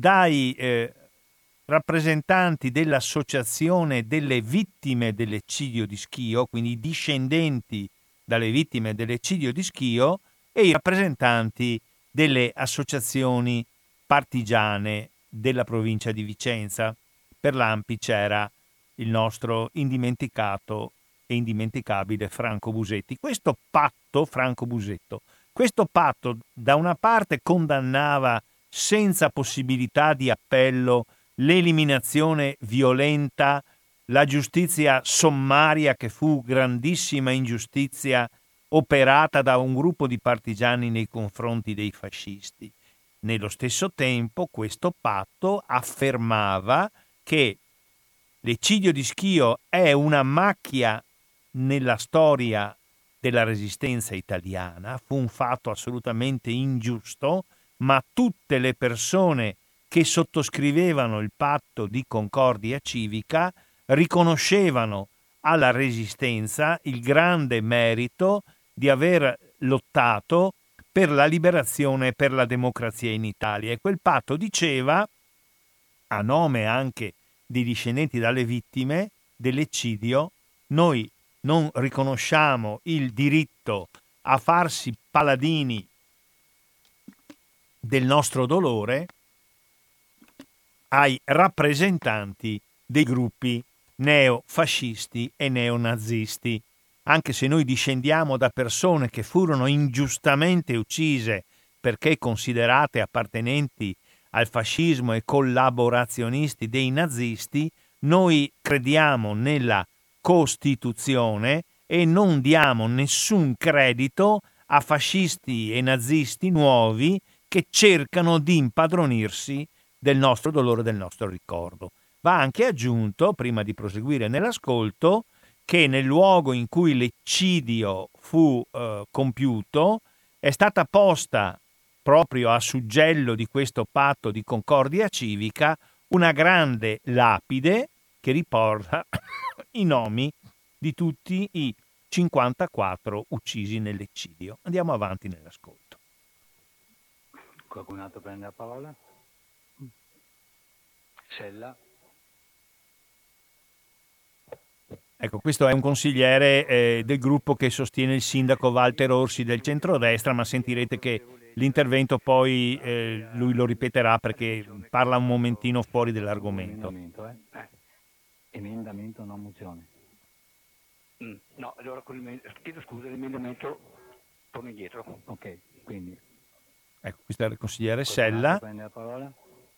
A: dai rappresentanti dell'Associazione delle Vittime dell'Eccidio di Schio, quindi i discendenti dalle vittime dell'Eccidio di Schio, e i rappresentanti delle associazioni partigiane della provincia di Vicenza. Per l'AMPI c'era il nostro indimenticato e indimenticabile Franco Busetti. Questo patto, Franco Busetto, questo patto da una parte condannava senza possibilità di appello l'eliminazione violenta, la giustizia sommaria che fu grandissima ingiustizia operata da un gruppo di partigiani nei confronti dei fascisti. Nello stesso tempo questo patto affermava che l'eccidio di Schio è una macchia nella storia della resistenza italiana, fu un fatto assolutamente ingiusto, ma tutte le persone che sottoscrivevano il patto di concordia civica riconoscevano alla resistenza il grande merito di aver lottato per la liberazione e per la democrazia in Italia. E quel patto diceva, a nome anche di discendenti dalle vittime dell'eccidio, noi non riconosciamo il diritto a farsi paladini del nostro dolore, ai rappresentanti dei gruppi neofascisti e neonazisti. Anche se noi discendiamo da persone che furono ingiustamente uccise perché considerate appartenenti al fascismo e collaborazionisti dei nazisti, noi crediamo nella Costituzione e non diamo nessun credito a fascisti e nazisti nuovi che cercano di impadronirsi del nostro dolore, del nostro ricordo. Va anche aggiunto, prima di proseguire nell'ascolto, che nel luogo in cui l'eccidio fu compiuto è stata posta, proprio a suggello di questo patto di concordia civica, una grande lapide che riporta i nomi di tutti i 54 uccisi nell'eccidio. Andiamo avanti nell'ascolto.
B: Qualcun altro prende la parola? Sella?
A: Ecco, questo è un consigliere del gruppo che sostiene il sindaco Walter Orsi del centrodestra, ma sentirete che l'intervento poi lui lo ripeterà perché parla un momentino fuori dell'argomento.
B: Emendamento, non mozione.
D: No, allora chiedo scusa, l'emendamento torna indietro.
B: Ok, quindi.
A: Ecco, questo è il consigliere Sella.
B: Prende la parola?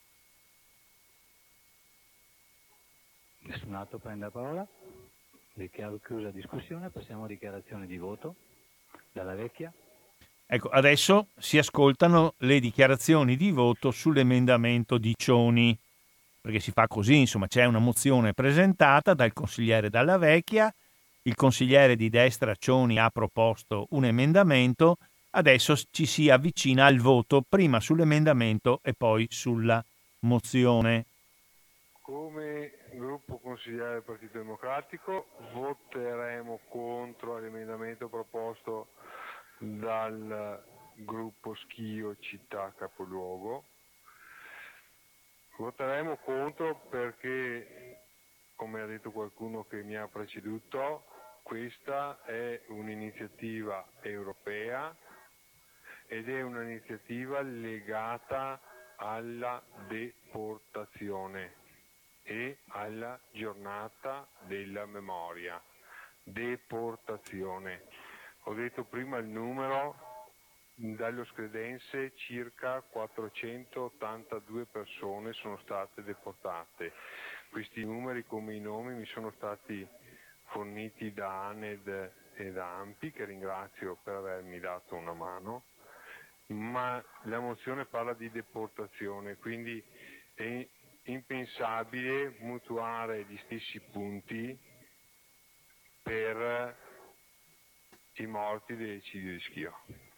B: Nessun altro prende la parola? Dichiaro chiusa la discussione, passiamo a dichiarazioni di voto. Dalla Vecchia.
A: Ecco, adesso si ascoltano le dichiarazioni di voto sull'emendamento di Cioni, perché si fa così, insomma, c'è una mozione presentata dal consigliere Dalla Vecchia, il consigliere di destra Cioni ha proposto un emendamento, adesso ci si avvicina al voto, prima sull'emendamento e poi sulla mozione.
C: Come gruppo consigliare del Partito Democratico voteremo contro l'emendamento proposto dal gruppo Schio Città Capoluogo. Voteremo contro perché, come ha detto qualcuno che mi ha preceduto, questa è un'iniziativa europea ed è un'iniziativa legata alla deportazione e alla giornata della memoria. Deportazione. Ho detto prima il numero, dallo Scredense circa 482 persone sono state deportate. Questi numeri come i nomi mi sono stati forniti da ANED e da AMPI, che ringrazio per avermi dato una mano, ma la mozione parla di deportazione, quindi è impensabile mutuare gli stessi punti per i morti dell'eccidio di Schio.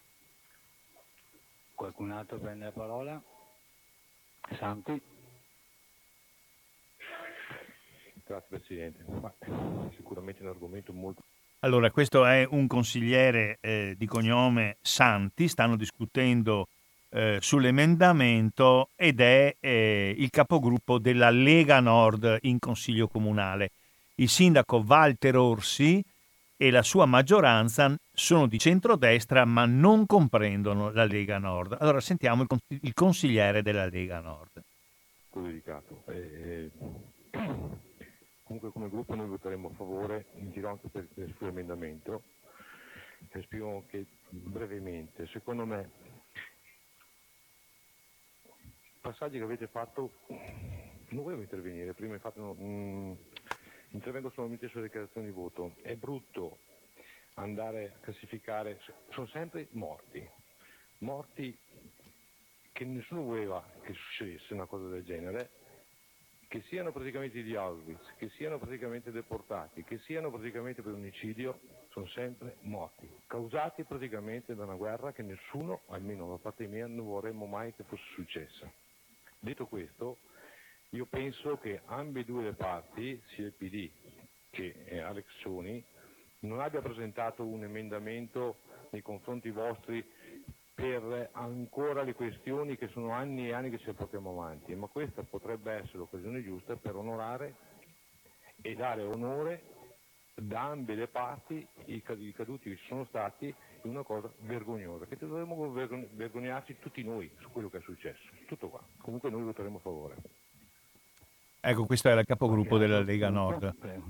B: Qualcun altro prende la parola? Santi?
F: Grazie Presidente. Sicuramente un argomento molto...
A: Allora, questo è un consigliere di cognome Santi, stanno discutendo sull'emendamento ed è il capogruppo della Lega Nord in Consiglio Comunale. Il sindaco Walter Orsi e la sua maggioranza sono di centrodestra ma non comprendono la Lega Nord. Allora sentiamo il consigliere della Lega Nord.
F: Dedicato. Comunque come gruppo noi voteremo a favore, dirò anche per il suo emendamento. Spiego che brevemente, secondo me, i passaggi che avete fatto, non volevo intervenire, prima intervengo solamente sulle dichiarazioni di voto. È brutto andare a classificare, sono sempre morti che nessuno voleva che succedesse una cosa del genere, che siano praticamente di Auschwitz, che siano praticamente deportati, che siano praticamente per omicidio, sono sempre morti, causati praticamente da una guerra che nessuno, almeno da parte mia, non vorremmo mai che fosse successa. Detto questo, io penso che ambedue le parti, sia il PD che Alex Cioni, non abbia presentato un emendamento nei confronti vostri per ancora le questioni che sono anni e anni che ci portiamo avanti, ma questa potrebbe essere l'occasione giusta per onorare e dare onore da ambe le parti i caduti che ci sono stati in una cosa vergognosa, che dovremmo vergognarci tutti noi su quello che è successo. Tutto qua. Comunque noi voteremo a favore.
A: Ecco, questo era il capogruppo della Lega
B: Gruppo?
A: Nord.
B: Prego.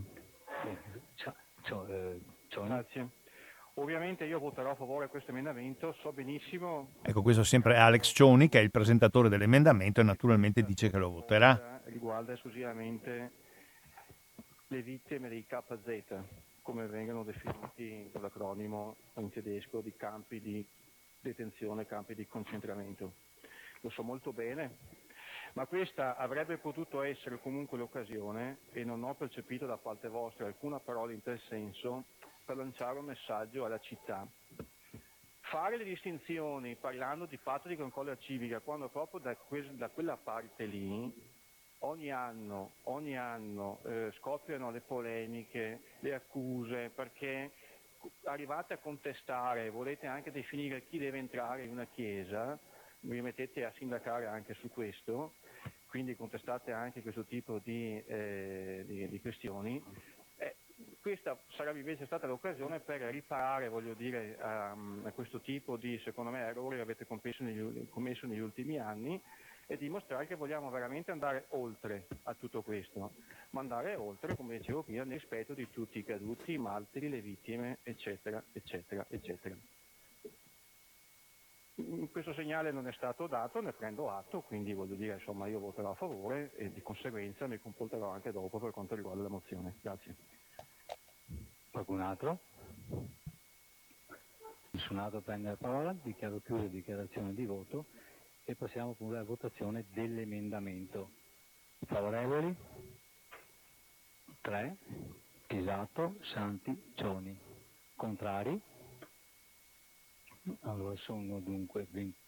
B: Ciao.
D: Grazie. Ovviamente io voterò a favore di questo emendamento, so benissimo...
A: Ecco, questo sempre Alex Cioni, che è il presentatore dell'emendamento e naturalmente dice che lo voterà.
D: Riguarda esclusivamente le vittime dei KZ, come vengono definiti con l'acronimo in tedesco di campi di detenzione, campi di concentramento. Lo so molto bene, ma questa avrebbe potuto essere comunque l'occasione, e non ho percepito da parte vostra alcuna parola in tal senso, per lanciare un messaggio alla città. Fare le distinzioni parlando di patto di concordia civica quando proprio da quella parte lì ogni anno scoppiano le polemiche, le accuse, perché arrivate a contestare, volete anche definire chi deve entrare in una chiesa, vi mettete a sindacare anche su questo, quindi contestate anche questo tipo di questioni. Questa sarebbe invece stata l'occasione per riparare, voglio dire, a questo tipo di, secondo me, errori che avete commesso negli ultimi anni, e dimostrare che vogliamo veramente andare oltre a tutto questo, ma andare oltre, come dicevo prima, nel rispetto di tutti i caduti, i martiri, le vittime, eccetera, eccetera, eccetera. Questo segnale non è stato dato, ne prendo atto, quindi voglio dire, insomma, io voterò a favore e di conseguenza mi comporterò anche dopo per quanto riguarda la mozione. Grazie.
B: Qualcun altro? Nessun altro prende la parola, dichiaro chiusa la dichiarazione di voto e passiamo con la votazione dell'emendamento. Favorevoli? 3. Pisato, Santi, Cioni. Contrari? Allora sono dunque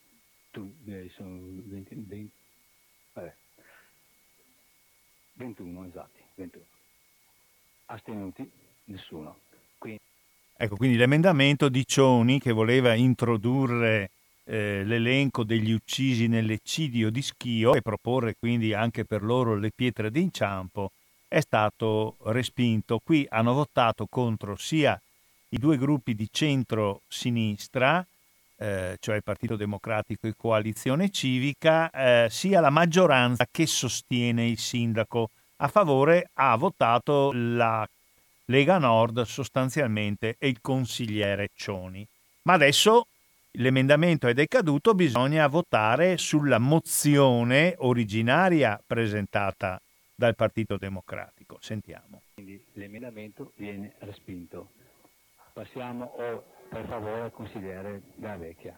B: 21 esatti, 21. Astenuti? Nessuno.
A: Quindi l'emendamento di Cioni, che voleva introdurre l'elenco degli uccisi nell'eccidio di Schio e proporre quindi anche per loro le pietre d'inciampo, è stato respinto. Qui hanno votato contro sia i due gruppi di centro-sinistra, cioè il Partito Democratico e Coalizione Civica, sia la maggioranza che sostiene il sindaco. A favore ha votato la Lega Nord sostanzialmente e il consigliere Cioni. Ma adesso l'emendamento è decaduto, bisogna votare sulla mozione originaria presentata dal Partito Democratico. Sentiamo.
B: Quindi l'emendamento viene respinto. Passiamo per favore al consigliere Della Vecchia.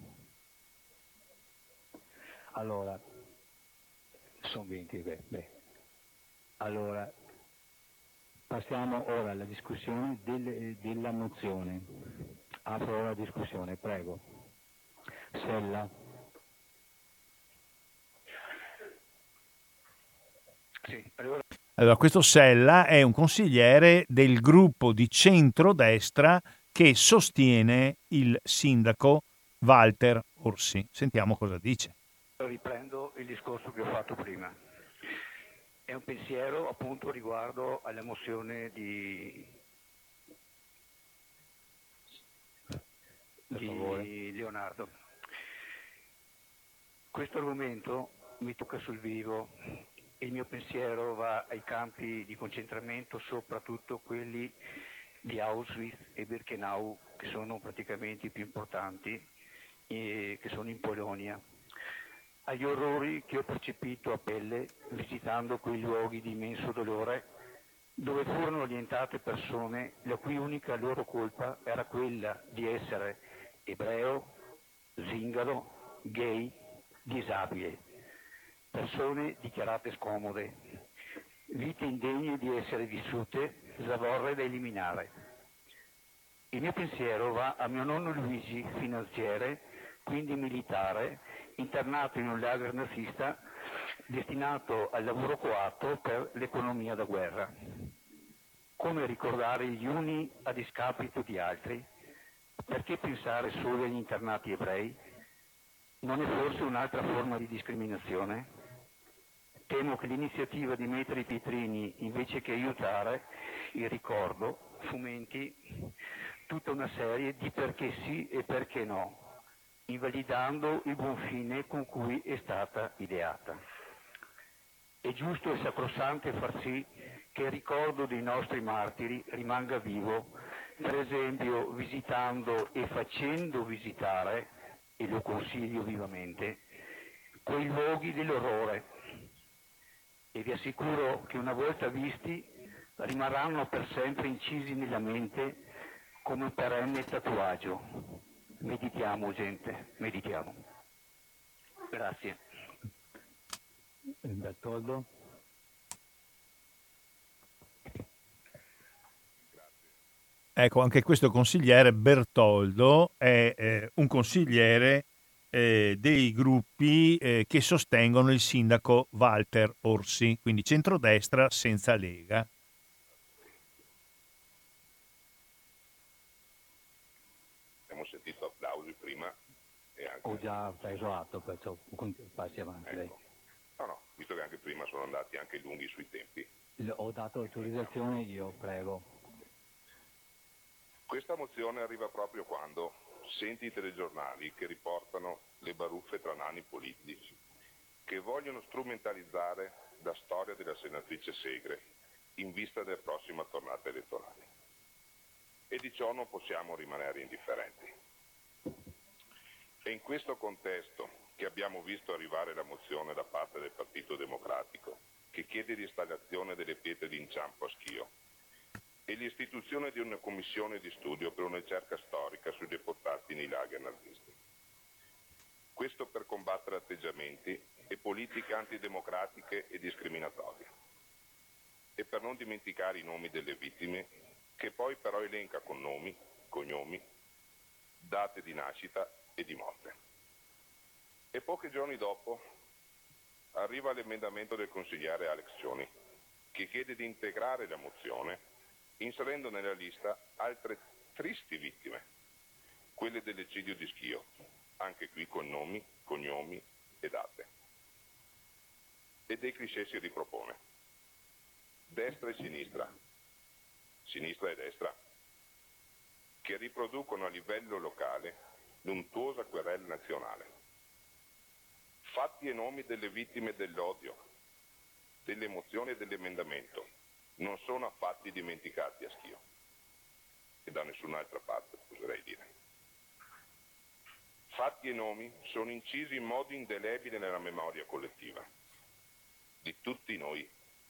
B: Allora, sono 20, Allora, passiamo ora alla discussione della mozione. Apro la discussione, prego. Sella.
G: Sì, allora...
A: Allora, questo Sella è un consigliere del gruppo di centrodestra che sostiene il sindaco Walter Orsi. Sentiamo cosa dice.
G: Riprendo il discorso che ho fatto prima. È un pensiero appunto riguardo alla mozione di Leonardo. Questo argomento mi tocca sul vivo. Il mio pensiero va ai campi di concentramento, soprattutto quelli di Auschwitz e Birkenau, che sono praticamente i più importanti, che sono in Polonia. Agli orrori che ho percepito a pelle visitando quei luoghi di immenso dolore, dove furono orientate persone la cui unica loro colpa era quella di essere ebreo, zingaro, gay, disabile. Persone dichiarate scomode, vite indegne di essere vissute, zavorre da eliminare. Il mio pensiero va a mio nonno Luigi, finanziere, quindi militare, internato in un lager nazista, destinato al lavoro coatto per l'economia da guerra. Come ricordare gli uni a discapito di altri? Perché pensare solo agli internati ebrei? Non è forse un'altra forma di discriminazione? Temo che l'iniziativa di mettere i pietrini invece che aiutare il ricordo fomenti tutta una serie di perché sì e perché no, invalidando il buon fine con cui è stata ideata. È giusto e sacrosanto far sì che il ricordo dei nostri martiri rimanga vivo, per esempio visitando e facendo visitare, e lo consiglio vivamente, quei luoghi dell'orrore. E vi assicuro che una volta visti rimarranno per sempre incisi nella mente come un perenne tatuaggio. Meditiamo, gente, meditiamo. Grazie.
B: Bertoldo?
A: Ecco, anche questo consigliere Bertoldo è un consigliere dei gruppi che sostengono il sindaco Walter Orsi, quindi centrodestra senza Lega.
H: Abbiamo sentito applausi prima e anche...
B: Ho già preso atto, perciò passi avanti.
H: Ecco. No, visto che anche prima sono andati anche lunghi sui tempi.
B: Ho dato autorizzazione io, prego.
H: Questa mozione arriva proprio quando senti i telegiornali che riportano le baruffe tra nani politici, che vogliono strumentalizzare la storia della senatrice Segre in vista della prossima tornata elettorale. E di ciò non possiamo rimanere indifferenti. È in questo contesto che abbiamo visto arrivare la mozione da parte del Partito Democratico che chiede l'installazione delle pietre d'inciampo a Schio e l'istituzione di una commissione di studio per una ricerca storica sui deportati nei lager nazisti. Questo per combattere atteggiamenti e politiche antidemocratiche e discriminatorie. E per non dimenticare i nomi delle vittime, che poi però elenca con nomi, cognomi, date di nascita e di morte. E pochi giorni dopo arriva l'emendamento del consigliere Alex Cioni, che chiede di integrare la mozione inserendo nella lista altre tristi vittime, quelle dell'eccidio di Schio, anche qui con nomi, cognomi e date. E dei cliché si ripropone. Destra e sinistra e destra, che riproducono a livello locale l'untuosa querela nazionale. Fatti e nomi delle vittime dell'odio, delle mozioni e dell'emendamento non sono affatto dimenticati a Schio e da nessun'altra parte, oserei dire. Fatti e nomi sono incisi in modo indelebile nella memoria collettiva di tutti noi.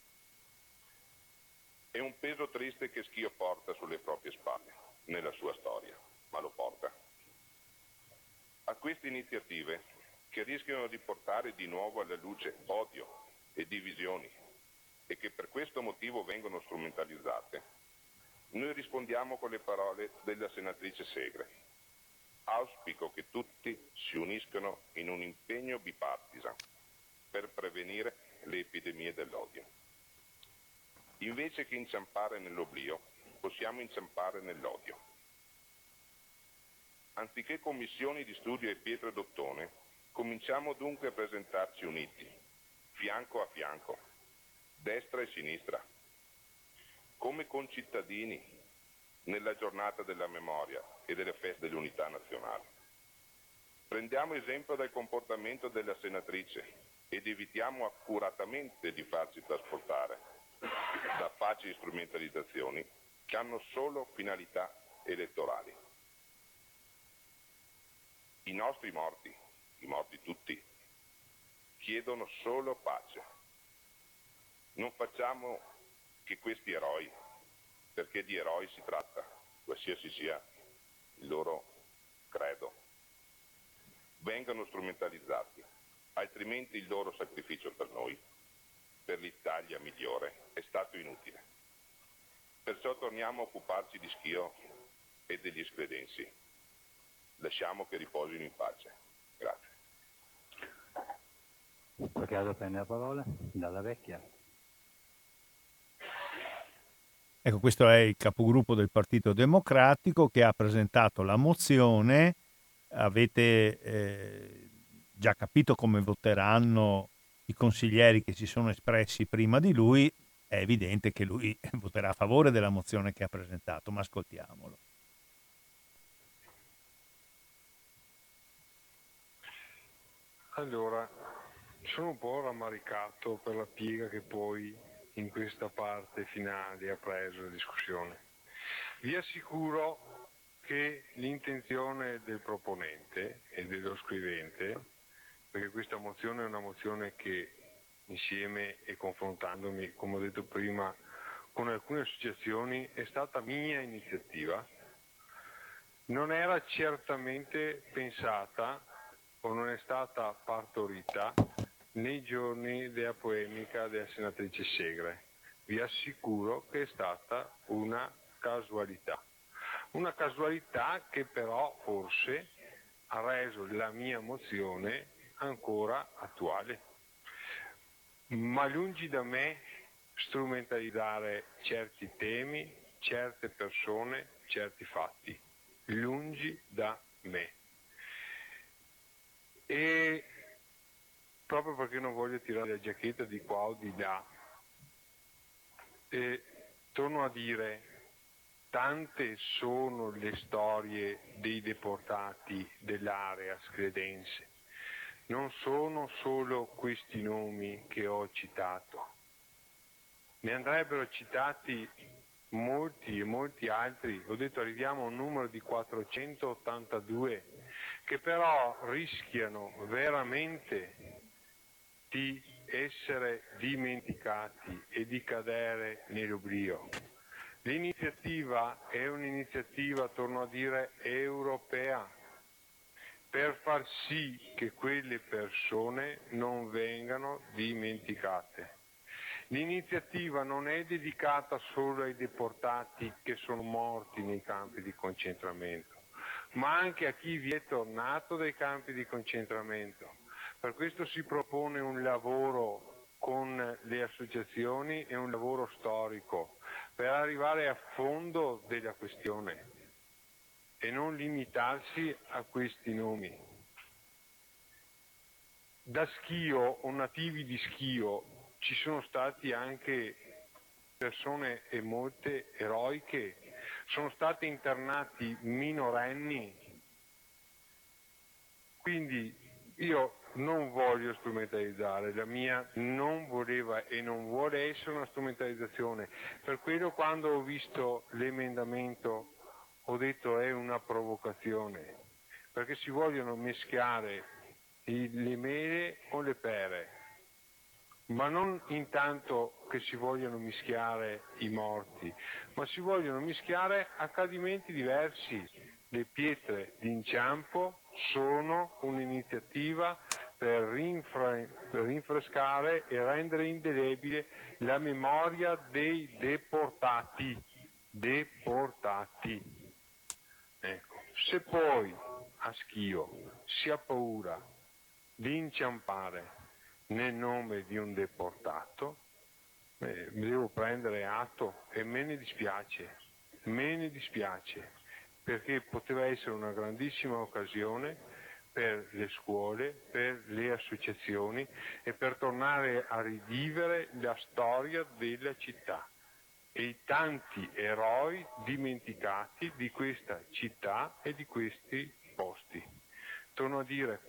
H: È un peso triste che Schio porta sulle proprie spalle, nella sua storia, ma lo porta. A queste iniziative, che rischiano di portare di nuovo alla luce odio e divisioni, e che per questo motivo vengono strumentalizzate, noi rispondiamo con le parole della senatrice Segre. Auspico che tutti si uniscano in un impegno bipartisan per prevenire le epidemie dell'odio. Invece che inciampare nell'oblio, possiamo inciampare nell'odio. Anziché commissioni di studio e pietre d'ottone, cominciamo dunque a presentarci uniti, fianco a fianco, destra e sinistra, come concittadini nella giornata della memoria e delle feste dell'unità nazionale. Prendiamo esempio dal comportamento della senatrice ed evitiamo accuratamente di farci trasportare da facili strumentalizzazioni che hanno solo finalità elettorali. I nostri morti, i morti tutti, chiedono solo pace. Non facciamo che questi eroi, perché di eroi si tratta, qualsiasi sia il loro credo, vengano strumentalizzati, altrimenti il loro sacrificio per noi, per l'Italia migliore, è stato inutile. Perciò torniamo a occuparci di Schio e degli scredensi. Lasciamo che riposino in pace. Grazie.
B: Per caso prende la parola? Dalla vecchia.
A: Ecco, questo è il capogruppo del Partito Democratico che ha presentato la mozione. Avete già capito come voteranno i consiglieri che si sono espressi prima di lui. È evidente che lui voterà a favore della mozione che ha presentato, ma ascoltiamolo.
C: Allora, sono un po' rammaricato per la piega che poi in questa parte finale ha preso la discussione. Vi assicuro che l'intenzione del proponente e dello scrivente, perché questa mozione è una mozione che insieme e confrontandomi, come ho detto prima, con alcune associazioni è stata mia iniziativa, non era certamente pensata o non è stata partorita nei giorni della polemica della senatrice Segre. Vi assicuro che è stata una casualità che però forse ha reso la mia mozione ancora attuale. Ma lungi da me strumentalizzare certi temi, certe persone, certi fatti. Lungi da me. E proprio perché non voglio tirare la giacchetta di qua o di là, torno a dire, tante sono le storie dei deportati dell'area scledense. Non sono solo questi nomi che ho citato. Ne andrebbero citati molti e molti altri. Ho detto arriviamo a un numero di 482 che però rischiano veramente di essere dimenticati e di cadere nell'oblio. L'iniziativa è un'iniziativa, torno a dire, europea, per far sì che quelle persone non vengano dimenticate. L'iniziativa non è dedicata solo ai deportati che sono morti nei campi di concentramento, ma anche a chi vi è tornato dai campi di concentramento. Per questo si propone un lavoro con le associazioni e un lavoro storico per arrivare a fondo della questione e non limitarsi a questi nomi. Da Schio o nativi di Schio ci sono stati anche persone e molte eroiche, sono stati internati minorenni, quindi io non voglio strumentalizzare, la mia non voleva e non vuole essere una strumentalizzazione. Per quello quando ho visto l'emendamento ho detto è una provocazione, perché si vogliono mischiare le mele con le pere, ma non intanto che si vogliono mischiare i morti, ma si vogliono mischiare accadimenti diversi. Le pietre d'inciampo sono un'iniziativa per rinfrescare e rendere indelebile la memoria dei deportati. Ecco. Se poi a Schio si ha paura di inciampare nel nome di un deportato, devo prendere atto e me ne dispiace, perché poteva essere una grandissima occasione per le scuole, per le associazioni e per tornare a rivivere la storia della città e i tanti eroi dimenticati di questa città e di questi posti. Torno a dire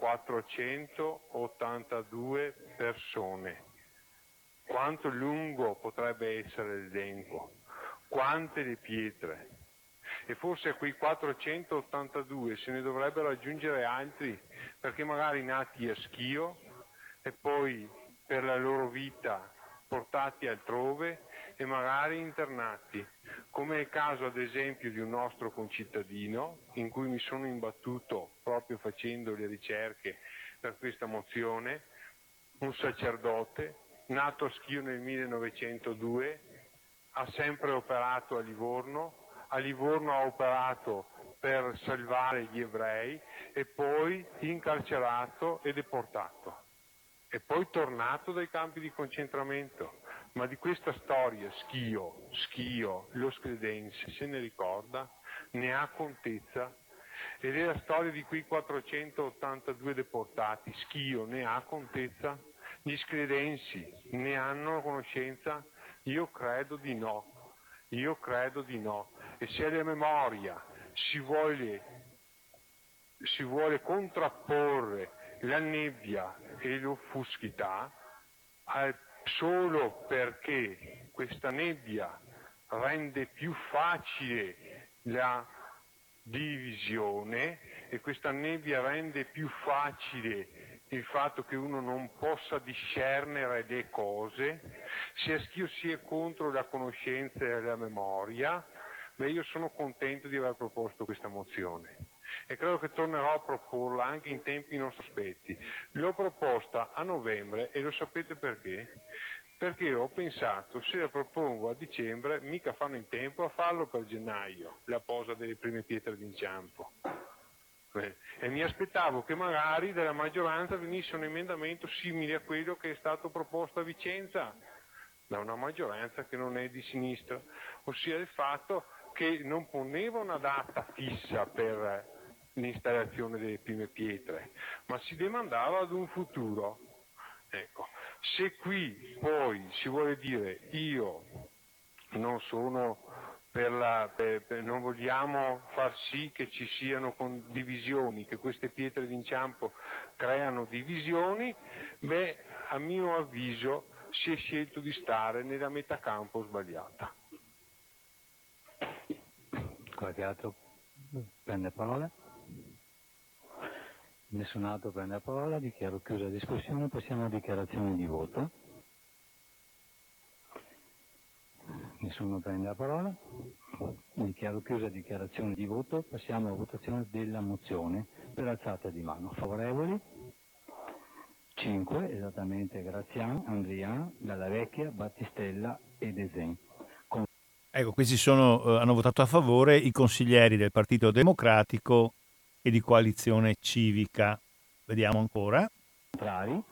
C: 482 persone. Quanto lungo potrebbe essere l'elenco? Quante le pietre? E forse a quei 482 se ne dovrebbero aggiungere altri, perché magari nati a Schio e poi per la loro vita portati altrove e magari internati, come è il caso ad esempio di un nostro concittadino in cui mi sono imbattuto proprio facendo le ricerche per questa mozione, un sacerdote nato a Schio nel 1902, ha sempre operato a Livorno ha operato per salvare gli ebrei e poi incarcerato e deportato e poi tornato dai campi di concentramento. Ma di questa storia Schio, lo scledense, se ne ricorda, ne ha contezza, ed è la storia di quei 482 deportati. Schio ne ha contezza? Gli scledensi ne hanno conoscenza? Io credo di no. E se alla memoria si vuole contrapporre la nebbia e l'offuscità solo perché questa nebbia rende più facile la divisione e questa nebbia rende più facile il fatto che uno non possa discernere le cose, se anch'io sia contro la conoscenza e la memoria, ma io sono contento di aver proposto questa mozione e credo che tornerò a proporla anche in tempi non sospetti. L'ho proposta a novembre e lo sapete perché? Perché ho pensato, se la propongo a dicembre, mica fanno in tempo a farlo per gennaio, la posa delle prime pietre d'inciampo. E mi aspettavo che magari dalla maggioranza venisse un emendamento simile a quello che è stato proposto a Vicenza da una maggioranza che non è di sinistra, ossia il fatto che non poneva una data fissa per l'installazione delle prime pietre, ma si demandava ad un futuro. Ecco, se qui poi si vuole dire io non sono non vogliamo far sì che ci siano condivisioni, che queste pietre d'inciampo creano divisioni, beh, a mio avviso si è scelto di stare nella metacampo sbagliata.
B: Qualche altro prende la parola? Nessun altro prende la parola, dichiaro chiusa la discussione, passiamo alla dichiarazione di voto. Nessuno prende la parola, dichiaro chiusa la dichiarazione di voto, passiamo alla votazione della mozione per alzata di mano. Favorevoli? 5, esattamente Grazian, Andrian, Dalla Vecchia, Battistella e Desen.
A: Ecco, questi hanno votato a favore i consiglieri del Partito Democratico e di Coalizione Civica. Vediamo ancora.
B: Contrari?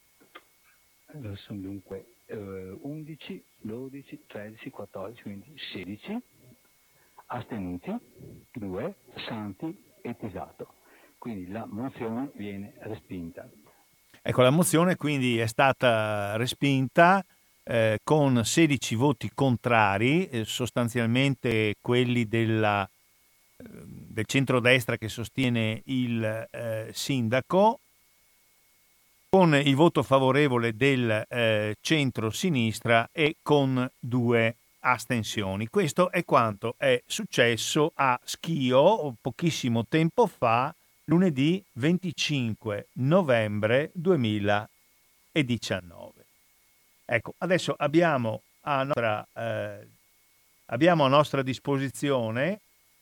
B: Sono dunque 11, 12, 13, 14, 15, 16. Astenuti? 2, Santi e Tisato. Quindi la mozione viene respinta.
A: Ecco, la mozione quindi è stata respinta con 16 voti contrari, sostanzialmente quelli del centrodestra che sostiene il sindaco, con il voto favorevole del centro-sinistra e con 2 astensioni. Questo è quanto è successo a Schio pochissimo tempo fa, lunedì 25 novembre 2019. Ecco, adesso abbiamo a nostra disposizione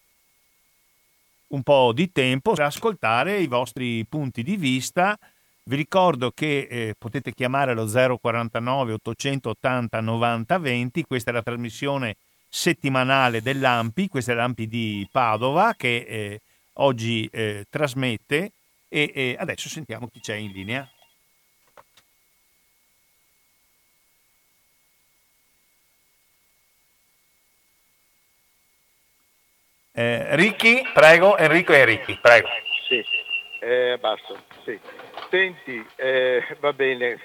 A: un po' di tempo per ascoltare i vostri punti di vista. Vi ricordo che potete chiamare allo 049 880 90 20, questa è la trasmissione settimanale dell'AMPI, questa è l'AMPI di Padova che oggi trasmette e adesso sentiamo chi c'è in linea. Ricchi, prego, Enrico e Ricchi, prego.
I: Sì, basta, sì. Senti, va bene,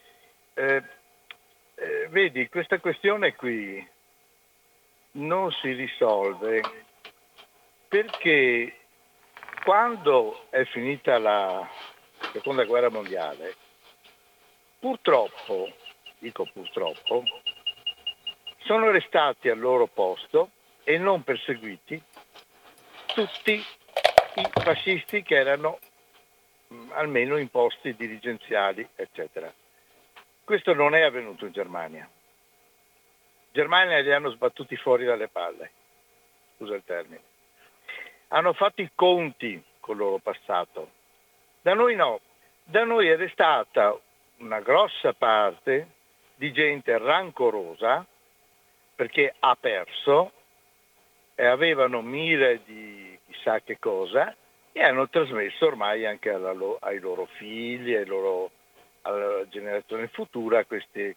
I: vedi, questa questione qui non si risolve perché quando è finita la seconda guerra mondiale, purtroppo, dico purtroppo, sono restati al loro posto e non perseguiti tutti i fascisti che erano almeno in posti dirigenziali, eccetera. Questo non è avvenuto in Germania. In Germania li hanno sbattuti fuori dalle palle, scusa il termine. Hanno fatto i conti con il loro passato. Da noi no. Da noi è restata una grossa parte di gente rancorosa perché ha perso e avevano mire di chissà che cosa e hanno trasmesso ormai anche ai loro figli, alla generazione futura questo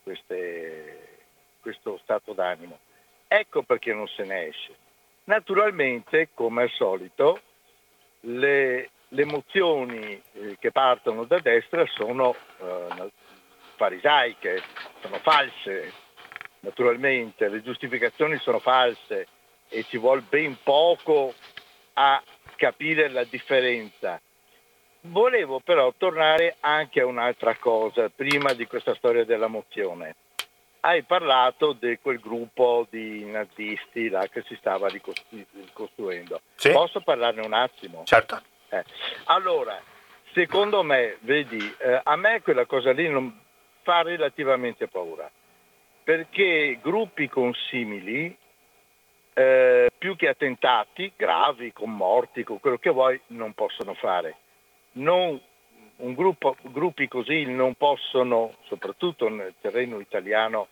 I: stato d'animo. Ecco perché non se ne esce. Naturalmente, come al solito, le mozioni che partono da destra sono farisaiche, sono false. Naturalmente, le giustificazioni sono false e ci vuole ben poco a capire la differenza. Volevo però tornare anche a un'altra cosa prima di questa storia della mozione. Hai parlato di quel gruppo di nazisti là che si stava ricostruendo.
A: Sì.
I: Posso parlarne un attimo?
A: Certo.
I: Allora, secondo me, vedi, a me quella cosa lì non fa relativamente paura, perché gruppi consimili, più che attentati gravi, con morti, con quello che vuoi, non possono fare. Gruppi così non possono, soprattutto nel terreno italiano,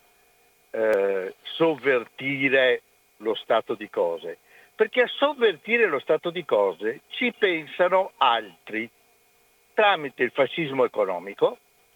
I: sovvertire lo stato di cose, perché a sovvertire lo stato di cose ci pensano altri tramite il fascismo economico.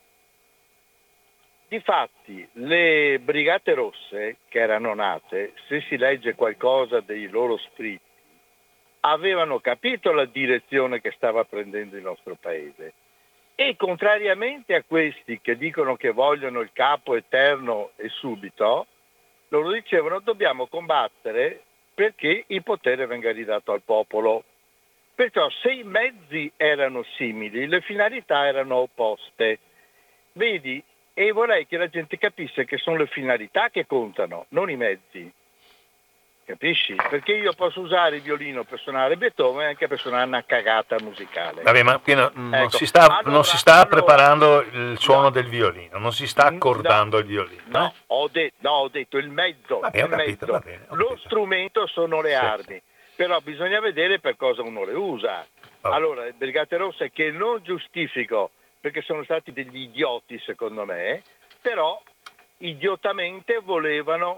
I: Difatti le Brigate Rosse che erano nate, se si legge qualcosa dei loro scritti, avevano capito la direzione che stava prendendo il nostro paese e contrariamente a questi che dicono che vogliono il capo eterno e subito, loro dicevano dobbiamo combattere perché il potere venga ridato al popolo. Perciò se i mezzi erano simili, le finalità erano opposte. Vedi? E vorrei che la gente capisse che sono le finalità che contano, non i mezzi. Capisci? Perché io posso usare il violino per suonare Beethoven anche per suonare una cagata musicale.
A: Vabbè, ma non si sta preparando il suono del violino, non si sta accordando il violino.
I: No, ho detto il mezzo.
A: Vabbè, ho capito.
I: Lo strumento sono le armi, però bisogna vedere per cosa uno le usa.
A: Vabbè.
I: Allora, le Brigate Rosse, che non giustifico perché sono stati degli idioti secondo me, però idiotamente volevano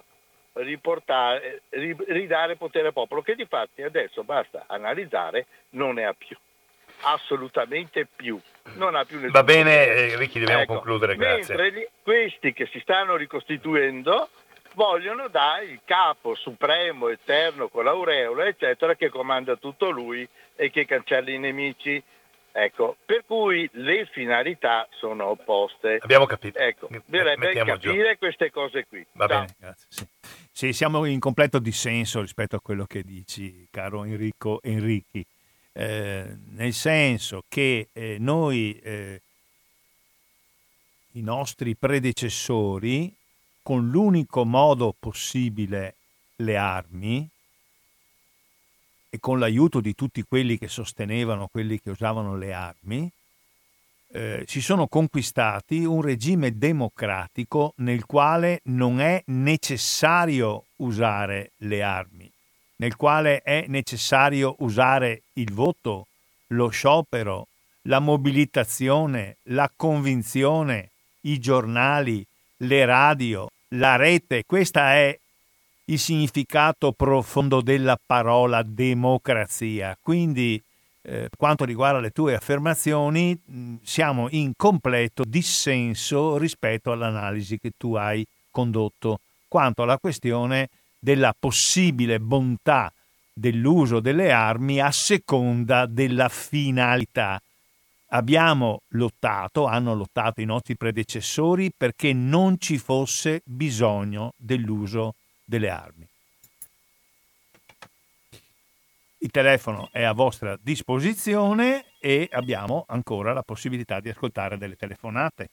I: ridare potere al popolo, che difatti adesso basta analizzare, non ne ha più, assolutamente più, non ha più nessun.
A: Va bene, Ricky, dobbiamo concludere, grazie.
I: Mentre questi che si stanno ricostituendo vogliono dare il capo supremo, eterno, con l'aureola, eccetera, che comanda tutto lui e che cancella i nemici. Ecco, per cui le finalità sono opposte.
A: Abbiamo capito.
I: Ecco, bisognerebbe capire queste cose qui.
A: Va bene, grazie. Sì, siamo in completo dissenso rispetto a quello che dici, caro Enrichi. Nel senso che noi, i nostri predecessori, con l'unico modo possibile, le armi, e con l'aiuto di tutti quelli che sostenevano quelli che usavano le armi, si sono conquistati un regime democratico nel quale non è necessario usare le armi, nel quale è necessario usare il voto, lo sciopero, la mobilitazione, la convinzione, i giornali, le radio, la rete. Questa è il significato profondo della parola democrazia. Quindi, quanto riguarda le tue affermazioni, siamo in completo dissenso rispetto all'analisi che tu hai condotto quanto alla questione della possibile bontà dell'uso delle armi a seconda della finalità. Hanno lottato i nostri predecessori perché non ci fosse bisogno dell'uso delle armi. Il telefono è a vostra disposizione e abbiamo ancora la possibilità di ascoltare delle telefonate.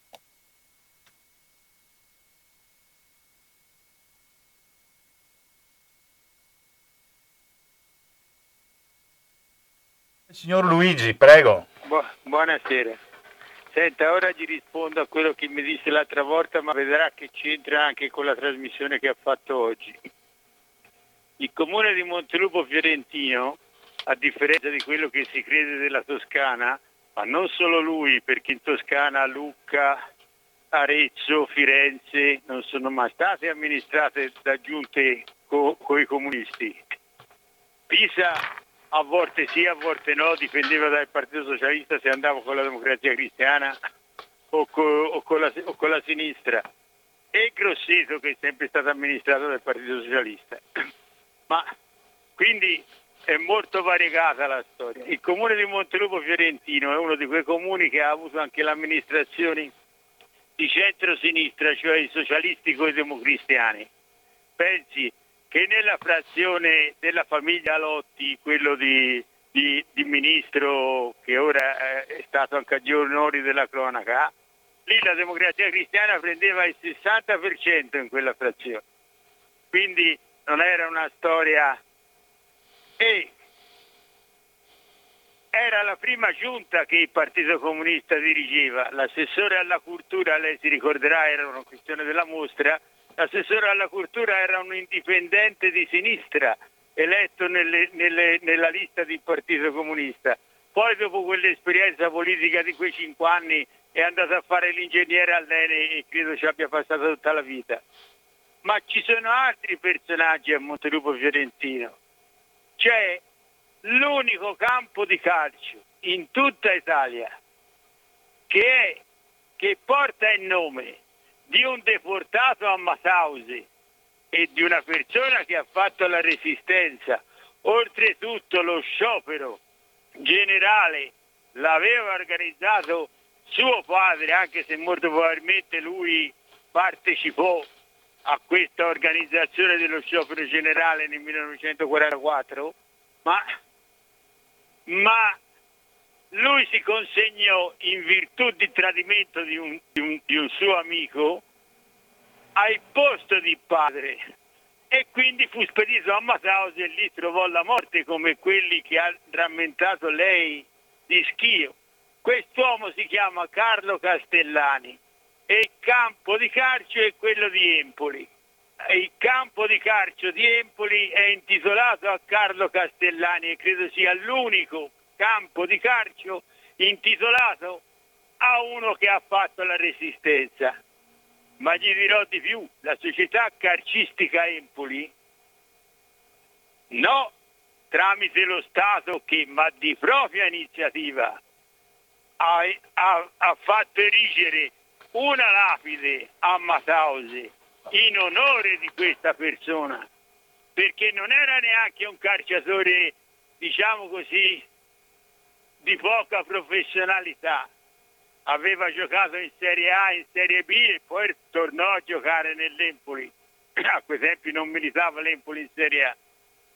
A: Signor Luigi, prego.
J: Buonasera. Senta, ora gli rispondo a quello che mi disse l'altra volta, ma vedrà che c'entra anche con la trasmissione che ha fatto oggi. Il comune di Montelupo Fiorentino, a differenza di quello che si crede della Toscana, ma non solo lui, perché in Toscana Lucca, Arezzo, Firenze non sono mai state amministrate da giunte coi comunisti. Pisa a volte sì, a volte no, dipendeva dal Partito Socialista se andava con la Democrazia Cristiana o con la sinistra. E Grosseto, che è sempre stato amministrato dal Partito Socialista. Ma quindi è molto variegata la storia. Il comune di Montelupo Fiorentino è uno di quei comuni che ha avuto anche l'amministrazione di centro-sinistra, cioè i socialisti con i democristiani. Pensi che nella frazione della famiglia Lotti, quello di di ministro che ora è stato anche agli onori della cronaca, lì la Democrazia Cristiana prendeva il 60% in quella frazione, quindi non era una storia. E era la prima giunta che il Partito Comunista dirigeva, l'assessore alla cultura, lei si ricorderà, era una questione della mostra, l'assessore alla cultura era un indipendente di sinistra, eletto nella lista del Partito Comunista. Poi dopo quell'esperienza politica di quei 5 anni è andato a fare l'ingegnere all'ENI e credo ci abbia passato tutta la vita. Ma ci sono altri personaggi a Montelupo Fiorentino. C'è l'unico campo di calcio in tutta Italia che porta il nome di un deportato a Mauthausen e di una persona che ha fatto la resistenza. Oltretutto lo sciopero generale l'aveva organizzato suo padre, anche se molto probabilmente lui partecipò a questa organizzazione dello sciopero generale nel 1944, ma lui si consegnò in virtù di tradimento di un suo amico al posto di padre e quindi fu spedito a Mauthausen e lì trovò la morte come quelli che ha rammentato lei di Schio. Quest'uomo si chiama Carlo Castellani e il campo di calcio è quello di Empoli. Il campo di calcio di Empoli è intitolato a Carlo Castellani e credo sia l'unico campo di calcio intitolato a uno che ha fatto la resistenza. Ma gli dirò di più, la società calcistica Empoli, no tramite lo Stato che, ma di propria iniziativa, ha fatto erigere una lapide a Mauthausen in onore di questa persona, perché non era neanche un calciatore, diciamo così, di poca professionalità. Aveva giocato in Serie A, in Serie B e poi tornò a giocare nell'Empoli. A quei tempi non militava l'Empoli in Serie A.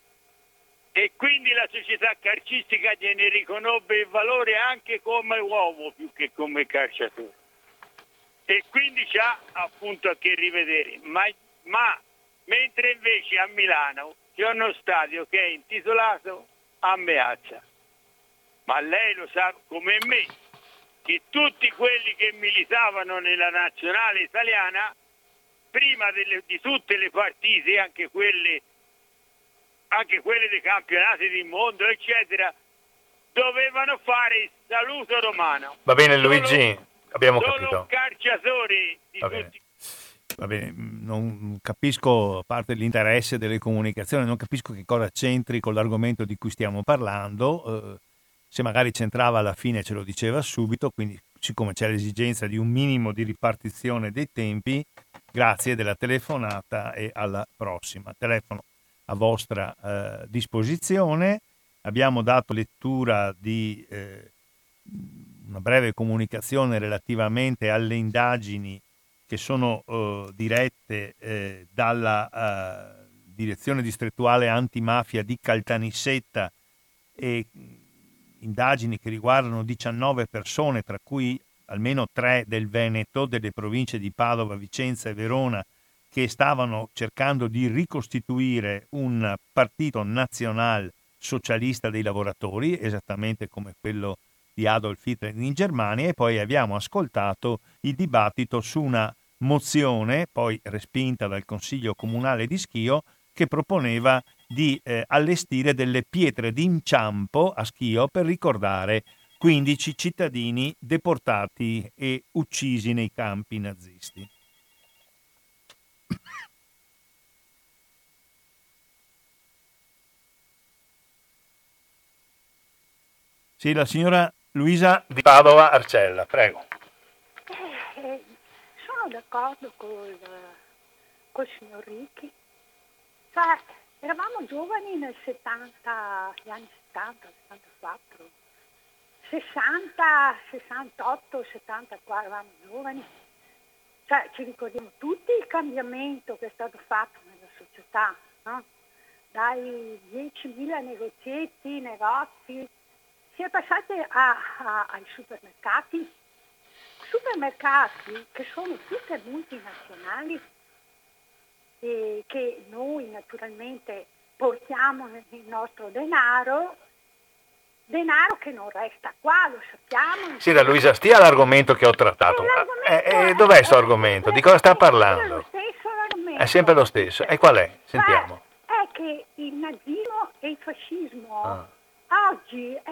J: E quindi la società calcistica gliene riconobbe il valore anche come uomo più che come calciatore. E quindi c'ha appunto a che rivedere. Ma mentre invece a Milano c'è uno stadio che è intitolato a Meazza. Ma lei lo sa come me che tutti quelli che militavano nella nazionale italiana, prima di tutte le partite, anche quelle dei campionati del mondo, eccetera, dovevano fare il saluto romano.
A: Va bene Luigi, abbiamo
J: solo
A: capito.
J: Un calciatore di tutti.
A: Va bene, non capisco, a parte l'interesse delle comunicazioni, non capisco che cosa c'entri con l'argomento di cui stiamo parlando. Se magari c'entrava alla fine ce lo diceva subito, quindi siccome c'è l'esigenza di un minimo di ripartizione dei tempi, grazie della telefonata e alla prossima. Telefono a vostra disposizione. Abbiamo dato lettura di una breve comunicazione relativamente alle indagini che sono dirette dalla Direzione Distrettuale Antimafia di Caltanissetta e indagini che riguardano 19 persone, tra cui almeno 3 del Veneto, delle province di Padova, Vicenza e Verona, che stavano cercando di ricostituire un partito nazionale socialista dei lavoratori, esattamente come quello di Adolf Hitler in Germania, e poi abbiamo ascoltato il dibattito su una mozione, poi respinta dal Consiglio Comunale di Schio, che proponeva di allestire delle pietre d'inciampo a Schio per ricordare 15 cittadini deportati e uccisi nei campi nazisti. Sì, la signora Luisa di Padova Arcella, prego.
K: Sono d'accordo col signor Ricchi. Cioè, eravamo giovani nel 70, gli anni 70, 74, 60, 68, 74, eravamo giovani. Cioè, ci ricordiamo tutti il cambiamento che è stato fatto nella società, no? dai 10.000 negozi, si è passati ai supermercati che sono tutte multinazionali e che noi naturalmente portiamo nel nostro denaro che non resta qua, lo sappiamo.
A: Sì, da Luisa, stia all'argomento che ho trattato. Dov'è questo argomento? Di cosa sta parlando? È sempre lo stesso. E qual è? Sentiamo.
K: È che il nazismo e il fascismo oggi è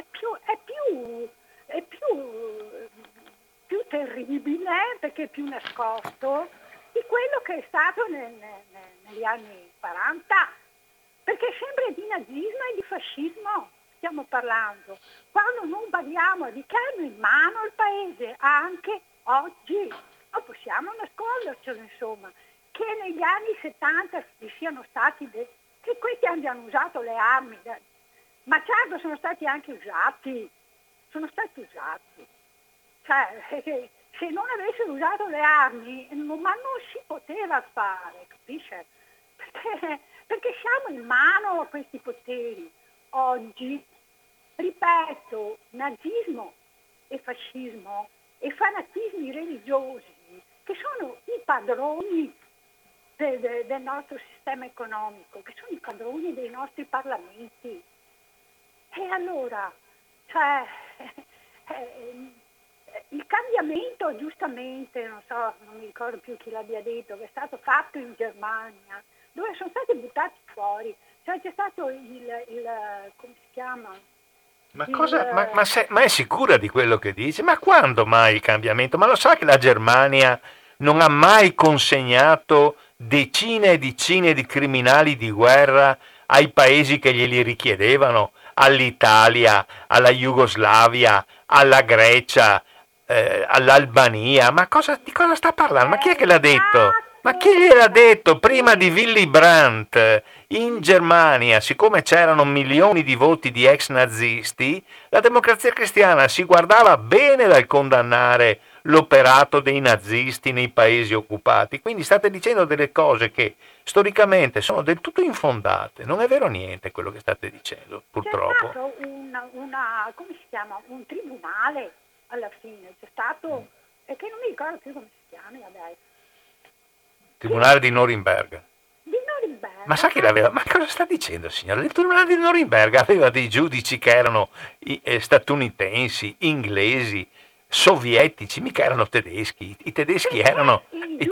K: più terribile, perché è più nascosto di quello che è stato negli anni 40, perché sempre di nazismo e di fascismo stiamo parlando, quando non parliamo di che hanno in mano il paese anche oggi. Non possiamo nascondercelo, insomma, che negli anni 70 ci siano stati che questi abbiano usato le armi, ma certo sono stati usati. Cioè, se non avessero usato le armi, ma non si poteva fare, capisce? Perché siamo in mano a questi poteri. Oggi, ripeto, nazismo e fascismo e fanatismi religiosi, che sono i padroni del nostro sistema economico, che sono i padroni dei nostri parlamenti. E allora, cioè, il cambiamento, giustamente, non mi ricordo più chi l'abbia detto, che è stato fatto in Germania, dove sono stati buttati fuori, cioè c'è stato come si chiama?
A: Ma è sicura di quello che dice? Ma quando mai il cambiamento? Ma lo sa che la Germania non ha mai consegnato decine e decine di criminali di guerra ai paesi che glieli richiedevano, all'Italia, alla Jugoslavia, alla Grecia, all'Albania? Ma di cosa sta parlando? Ma chi è che l'ha detto? Ma chi gliel'ha detto? Prima di Willy Brandt in Germania, siccome c'erano milioni di voti di ex nazisti, la Democrazia Cristiana si guardava bene dal condannare l'operato dei nazisti nei paesi occupati. Quindi state dicendo delle cose che storicamente sono del tutto infondate. Non è vero niente quello che state dicendo, purtroppo.
K: C'è stato come si chiama? Un tribunale alla fine, c'è stato, che non mi ricordo più come si chiama adesso.
A: Tribunale di Norimberga. Ma sa chi l'aveva? Ma cosa sta dicendo, signore? Il Tribunale di Norimberga aveva dei giudici che erano statunitensi, inglesi, sovietici, mica erano tedeschi. I tedeschi erano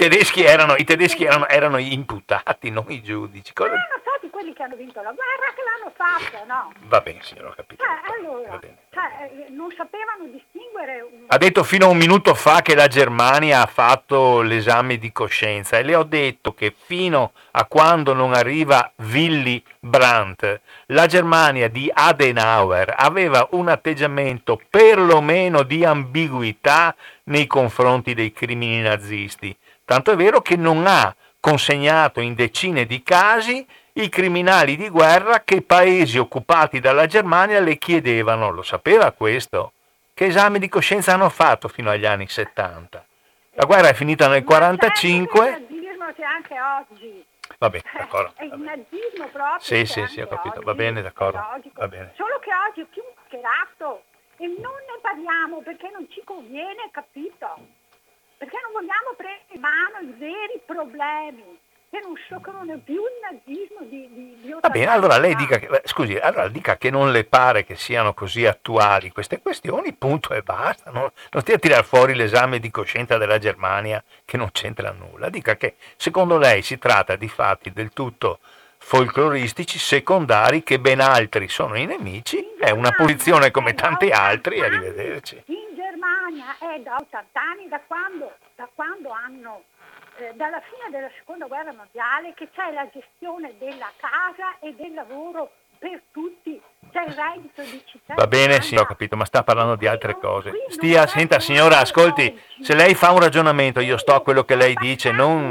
A: imputati, non i giudici.
K: Erano stati quelli che hanno vinto la guerra, che l'hanno fatta, no?
A: Va bene, signore, ho capito.
K: Allora, non sapevano distinguere.
A: Ha detto fino a un minuto fa che la Germania ha fatto l'esame di coscienza e le ho detto che fino a quando non arriva Willy Brandt, la Germania di Adenauer aveva un atteggiamento perlomeno di ambiguità nei confronti dei crimini nazisti. Tanto è vero che non ha consegnato in decine di casi i criminali di guerra che paesi occupati dalla Germania le chiedevano. Lo sapeva questo? Che esami di coscienza hanno fatto fino agli anni 70? La guerra è finita nel 45.
K: Il nazismo c'è anche oggi.
A: Va bene, d'accordo.
K: È il nazismo proprio.
A: Sì, ho capito.
K: Oggi,
A: va bene, d'accordo. Va bene.
K: Solo che oggi è più mascherato e non ne parliamo perché non ci conviene, capito? Perché non vogliamo prendere in mano i veri problemi. Che non è più il nazismo di
A: Va bene, allora lei dica che non le pare che siano così attuali queste questioni, punto e basta. Non stia a tirare fuori l'esame di coscienza della Germania che non c'entra nulla. Dica che secondo lei si tratta di fatti del tutto folcloristici, secondari, che ben altri sono i nemici, è una posizione come tanti altri, arrivederci.
K: In Germania è da 80 anni, da quando hanno dalla fine della seconda guerra mondiale, che c'è la gestione della casa e del lavoro per tutti, c'è il reddito di cittadinanza.
A: Va bene, sì, ho capito, ma sta parlando di altre cose. Senta, signora, ascolti, se lei fa un ragionamento, io sto a quello che lei dice, non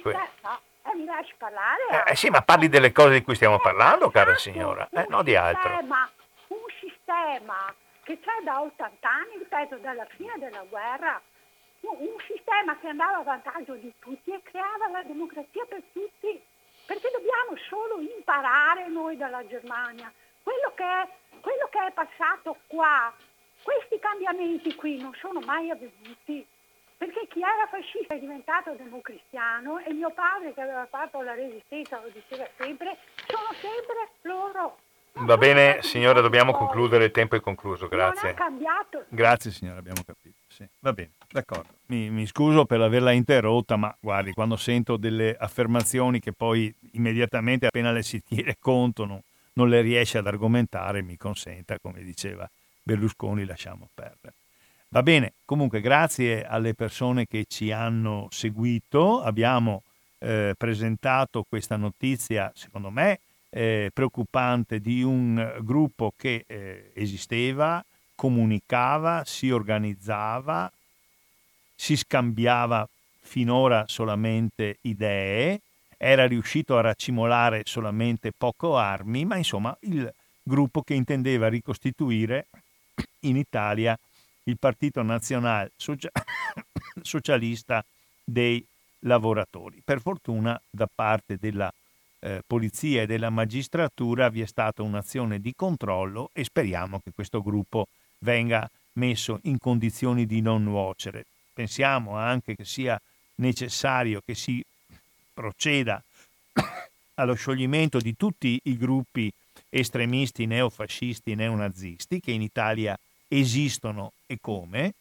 K: mi lasci parlare?
A: Sì, ma parli delle cose di cui stiamo parlando, cara signora, no di altro.
K: Un sistema che c'è da 80 anni, ripeto, dalla fine della guerra, un sistema che andava a vantaggio di tutti e creava la democrazia per tutti. perché dobbiamo solo imparare noi dalla Germania. Quello che è passato qua, questi cambiamenti qui non sono mai avvenuti, perché chi era fascista è diventato democristiano, e mio padre, che aveva fatto la resistenza, lo diceva sempre, sono sempre loro.
A: Va bene, signora, dobbiamo concludere, il tempo è concluso,
K: Non
A: grazie.
K: ha cambiato.
A: Grazie signora, abbiamo capito. Sì. Va bene, d'accordo. Mi scuso per averla interrotta, ma guardi, quando sento delle affermazioni che poi immediatamente, appena le si tiene conto, non le riesce ad argomentare, mi consenta, come diceva Berlusconi, lasciamo perdere. Va bene, comunque grazie alle persone che ci hanno seguito. Abbiamo presentato questa notizia, secondo me, preoccupante, di un gruppo che esisteva, comunicava, si organizzava, si scambiava finora solamente idee, era riuscito a raccimolare solamente poco armi, ma insomma il gruppo che intendeva ricostituire in Italia il Partito Nazionale Socialista dei Lavoratori. Per fortuna da parte della polizia e della magistratura vi è stata un'azione di controllo e speriamo che questo gruppo venga messo in condizioni di non nuocere. Pensiamo anche che sia necessario che si proceda allo scioglimento di tutti i gruppi estremisti neofascisti, neonazisti che in Italia esistono e come,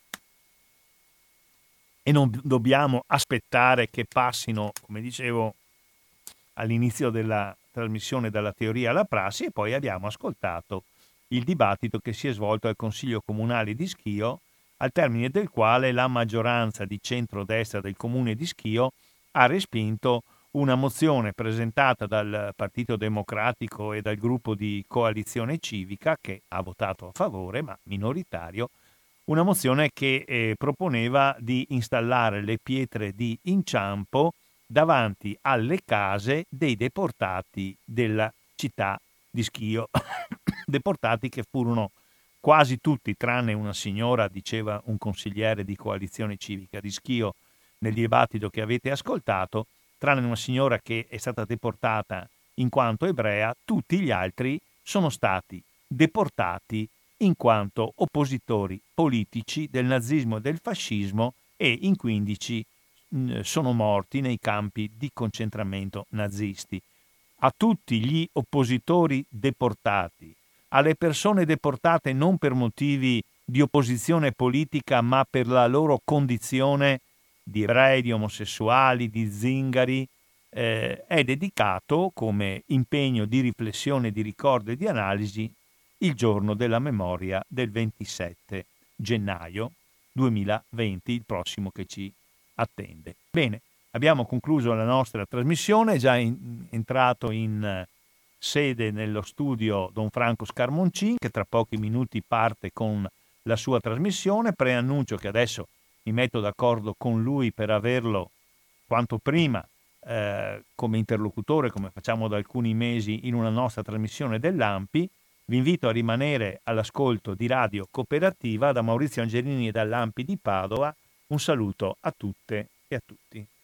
A: e non dobbiamo aspettare che passino, come dicevo all'inizio della trasmissione, dalla teoria alla prassi. E poi abbiamo ascoltato il dibattito che si è svolto al Consiglio Comunale di Schio, al termine del quale la maggioranza di centrodestra del Comune di Schio ha respinto una mozione presentata dal Partito Democratico e dal gruppo di Coalizione Civica, che ha votato a favore, ma minoritario, una mozione che proponeva di installare le pietre di inciampo davanti alle case dei deportati della città di Schio. Deportati che furono quasi tutti, tranne una signora, diceva un consigliere di Coalizione Civica di Schio nel dibattito che avete ascoltato, tranne una signora che è stata deportata in quanto ebrea, tutti gli altri sono stati deportati in quanto oppositori politici del nazismo e del fascismo, e in 15 sono morti nei campi di concentramento nazisti. A tutti gli oppositori deportati, alle persone deportate non per motivi di opposizione politica ma per la loro condizione di ebrei, di omosessuali, di zingari, è dedicato come impegno di riflessione, di ricordo e di analisi il giorno della memoria del 27 gennaio 2020, il prossimo che ci attende. Bene, abbiamo concluso la nostra trasmissione, è già entrato in sede nello studio Don Franco Scarmoncin, che tra pochi minuti parte con la sua trasmissione. Preannuncio che adesso mi metto d'accordo con lui per averlo quanto prima come interlocutore, come facciamo da alcuni mesi in una nostra trasmissione dell'AMPI. Vi invito a rimanere all'ascolto di Radio Cooperativa. Da Maurizio Angelini e dall'AMPI di Padova un saluto a tutte e a tutti.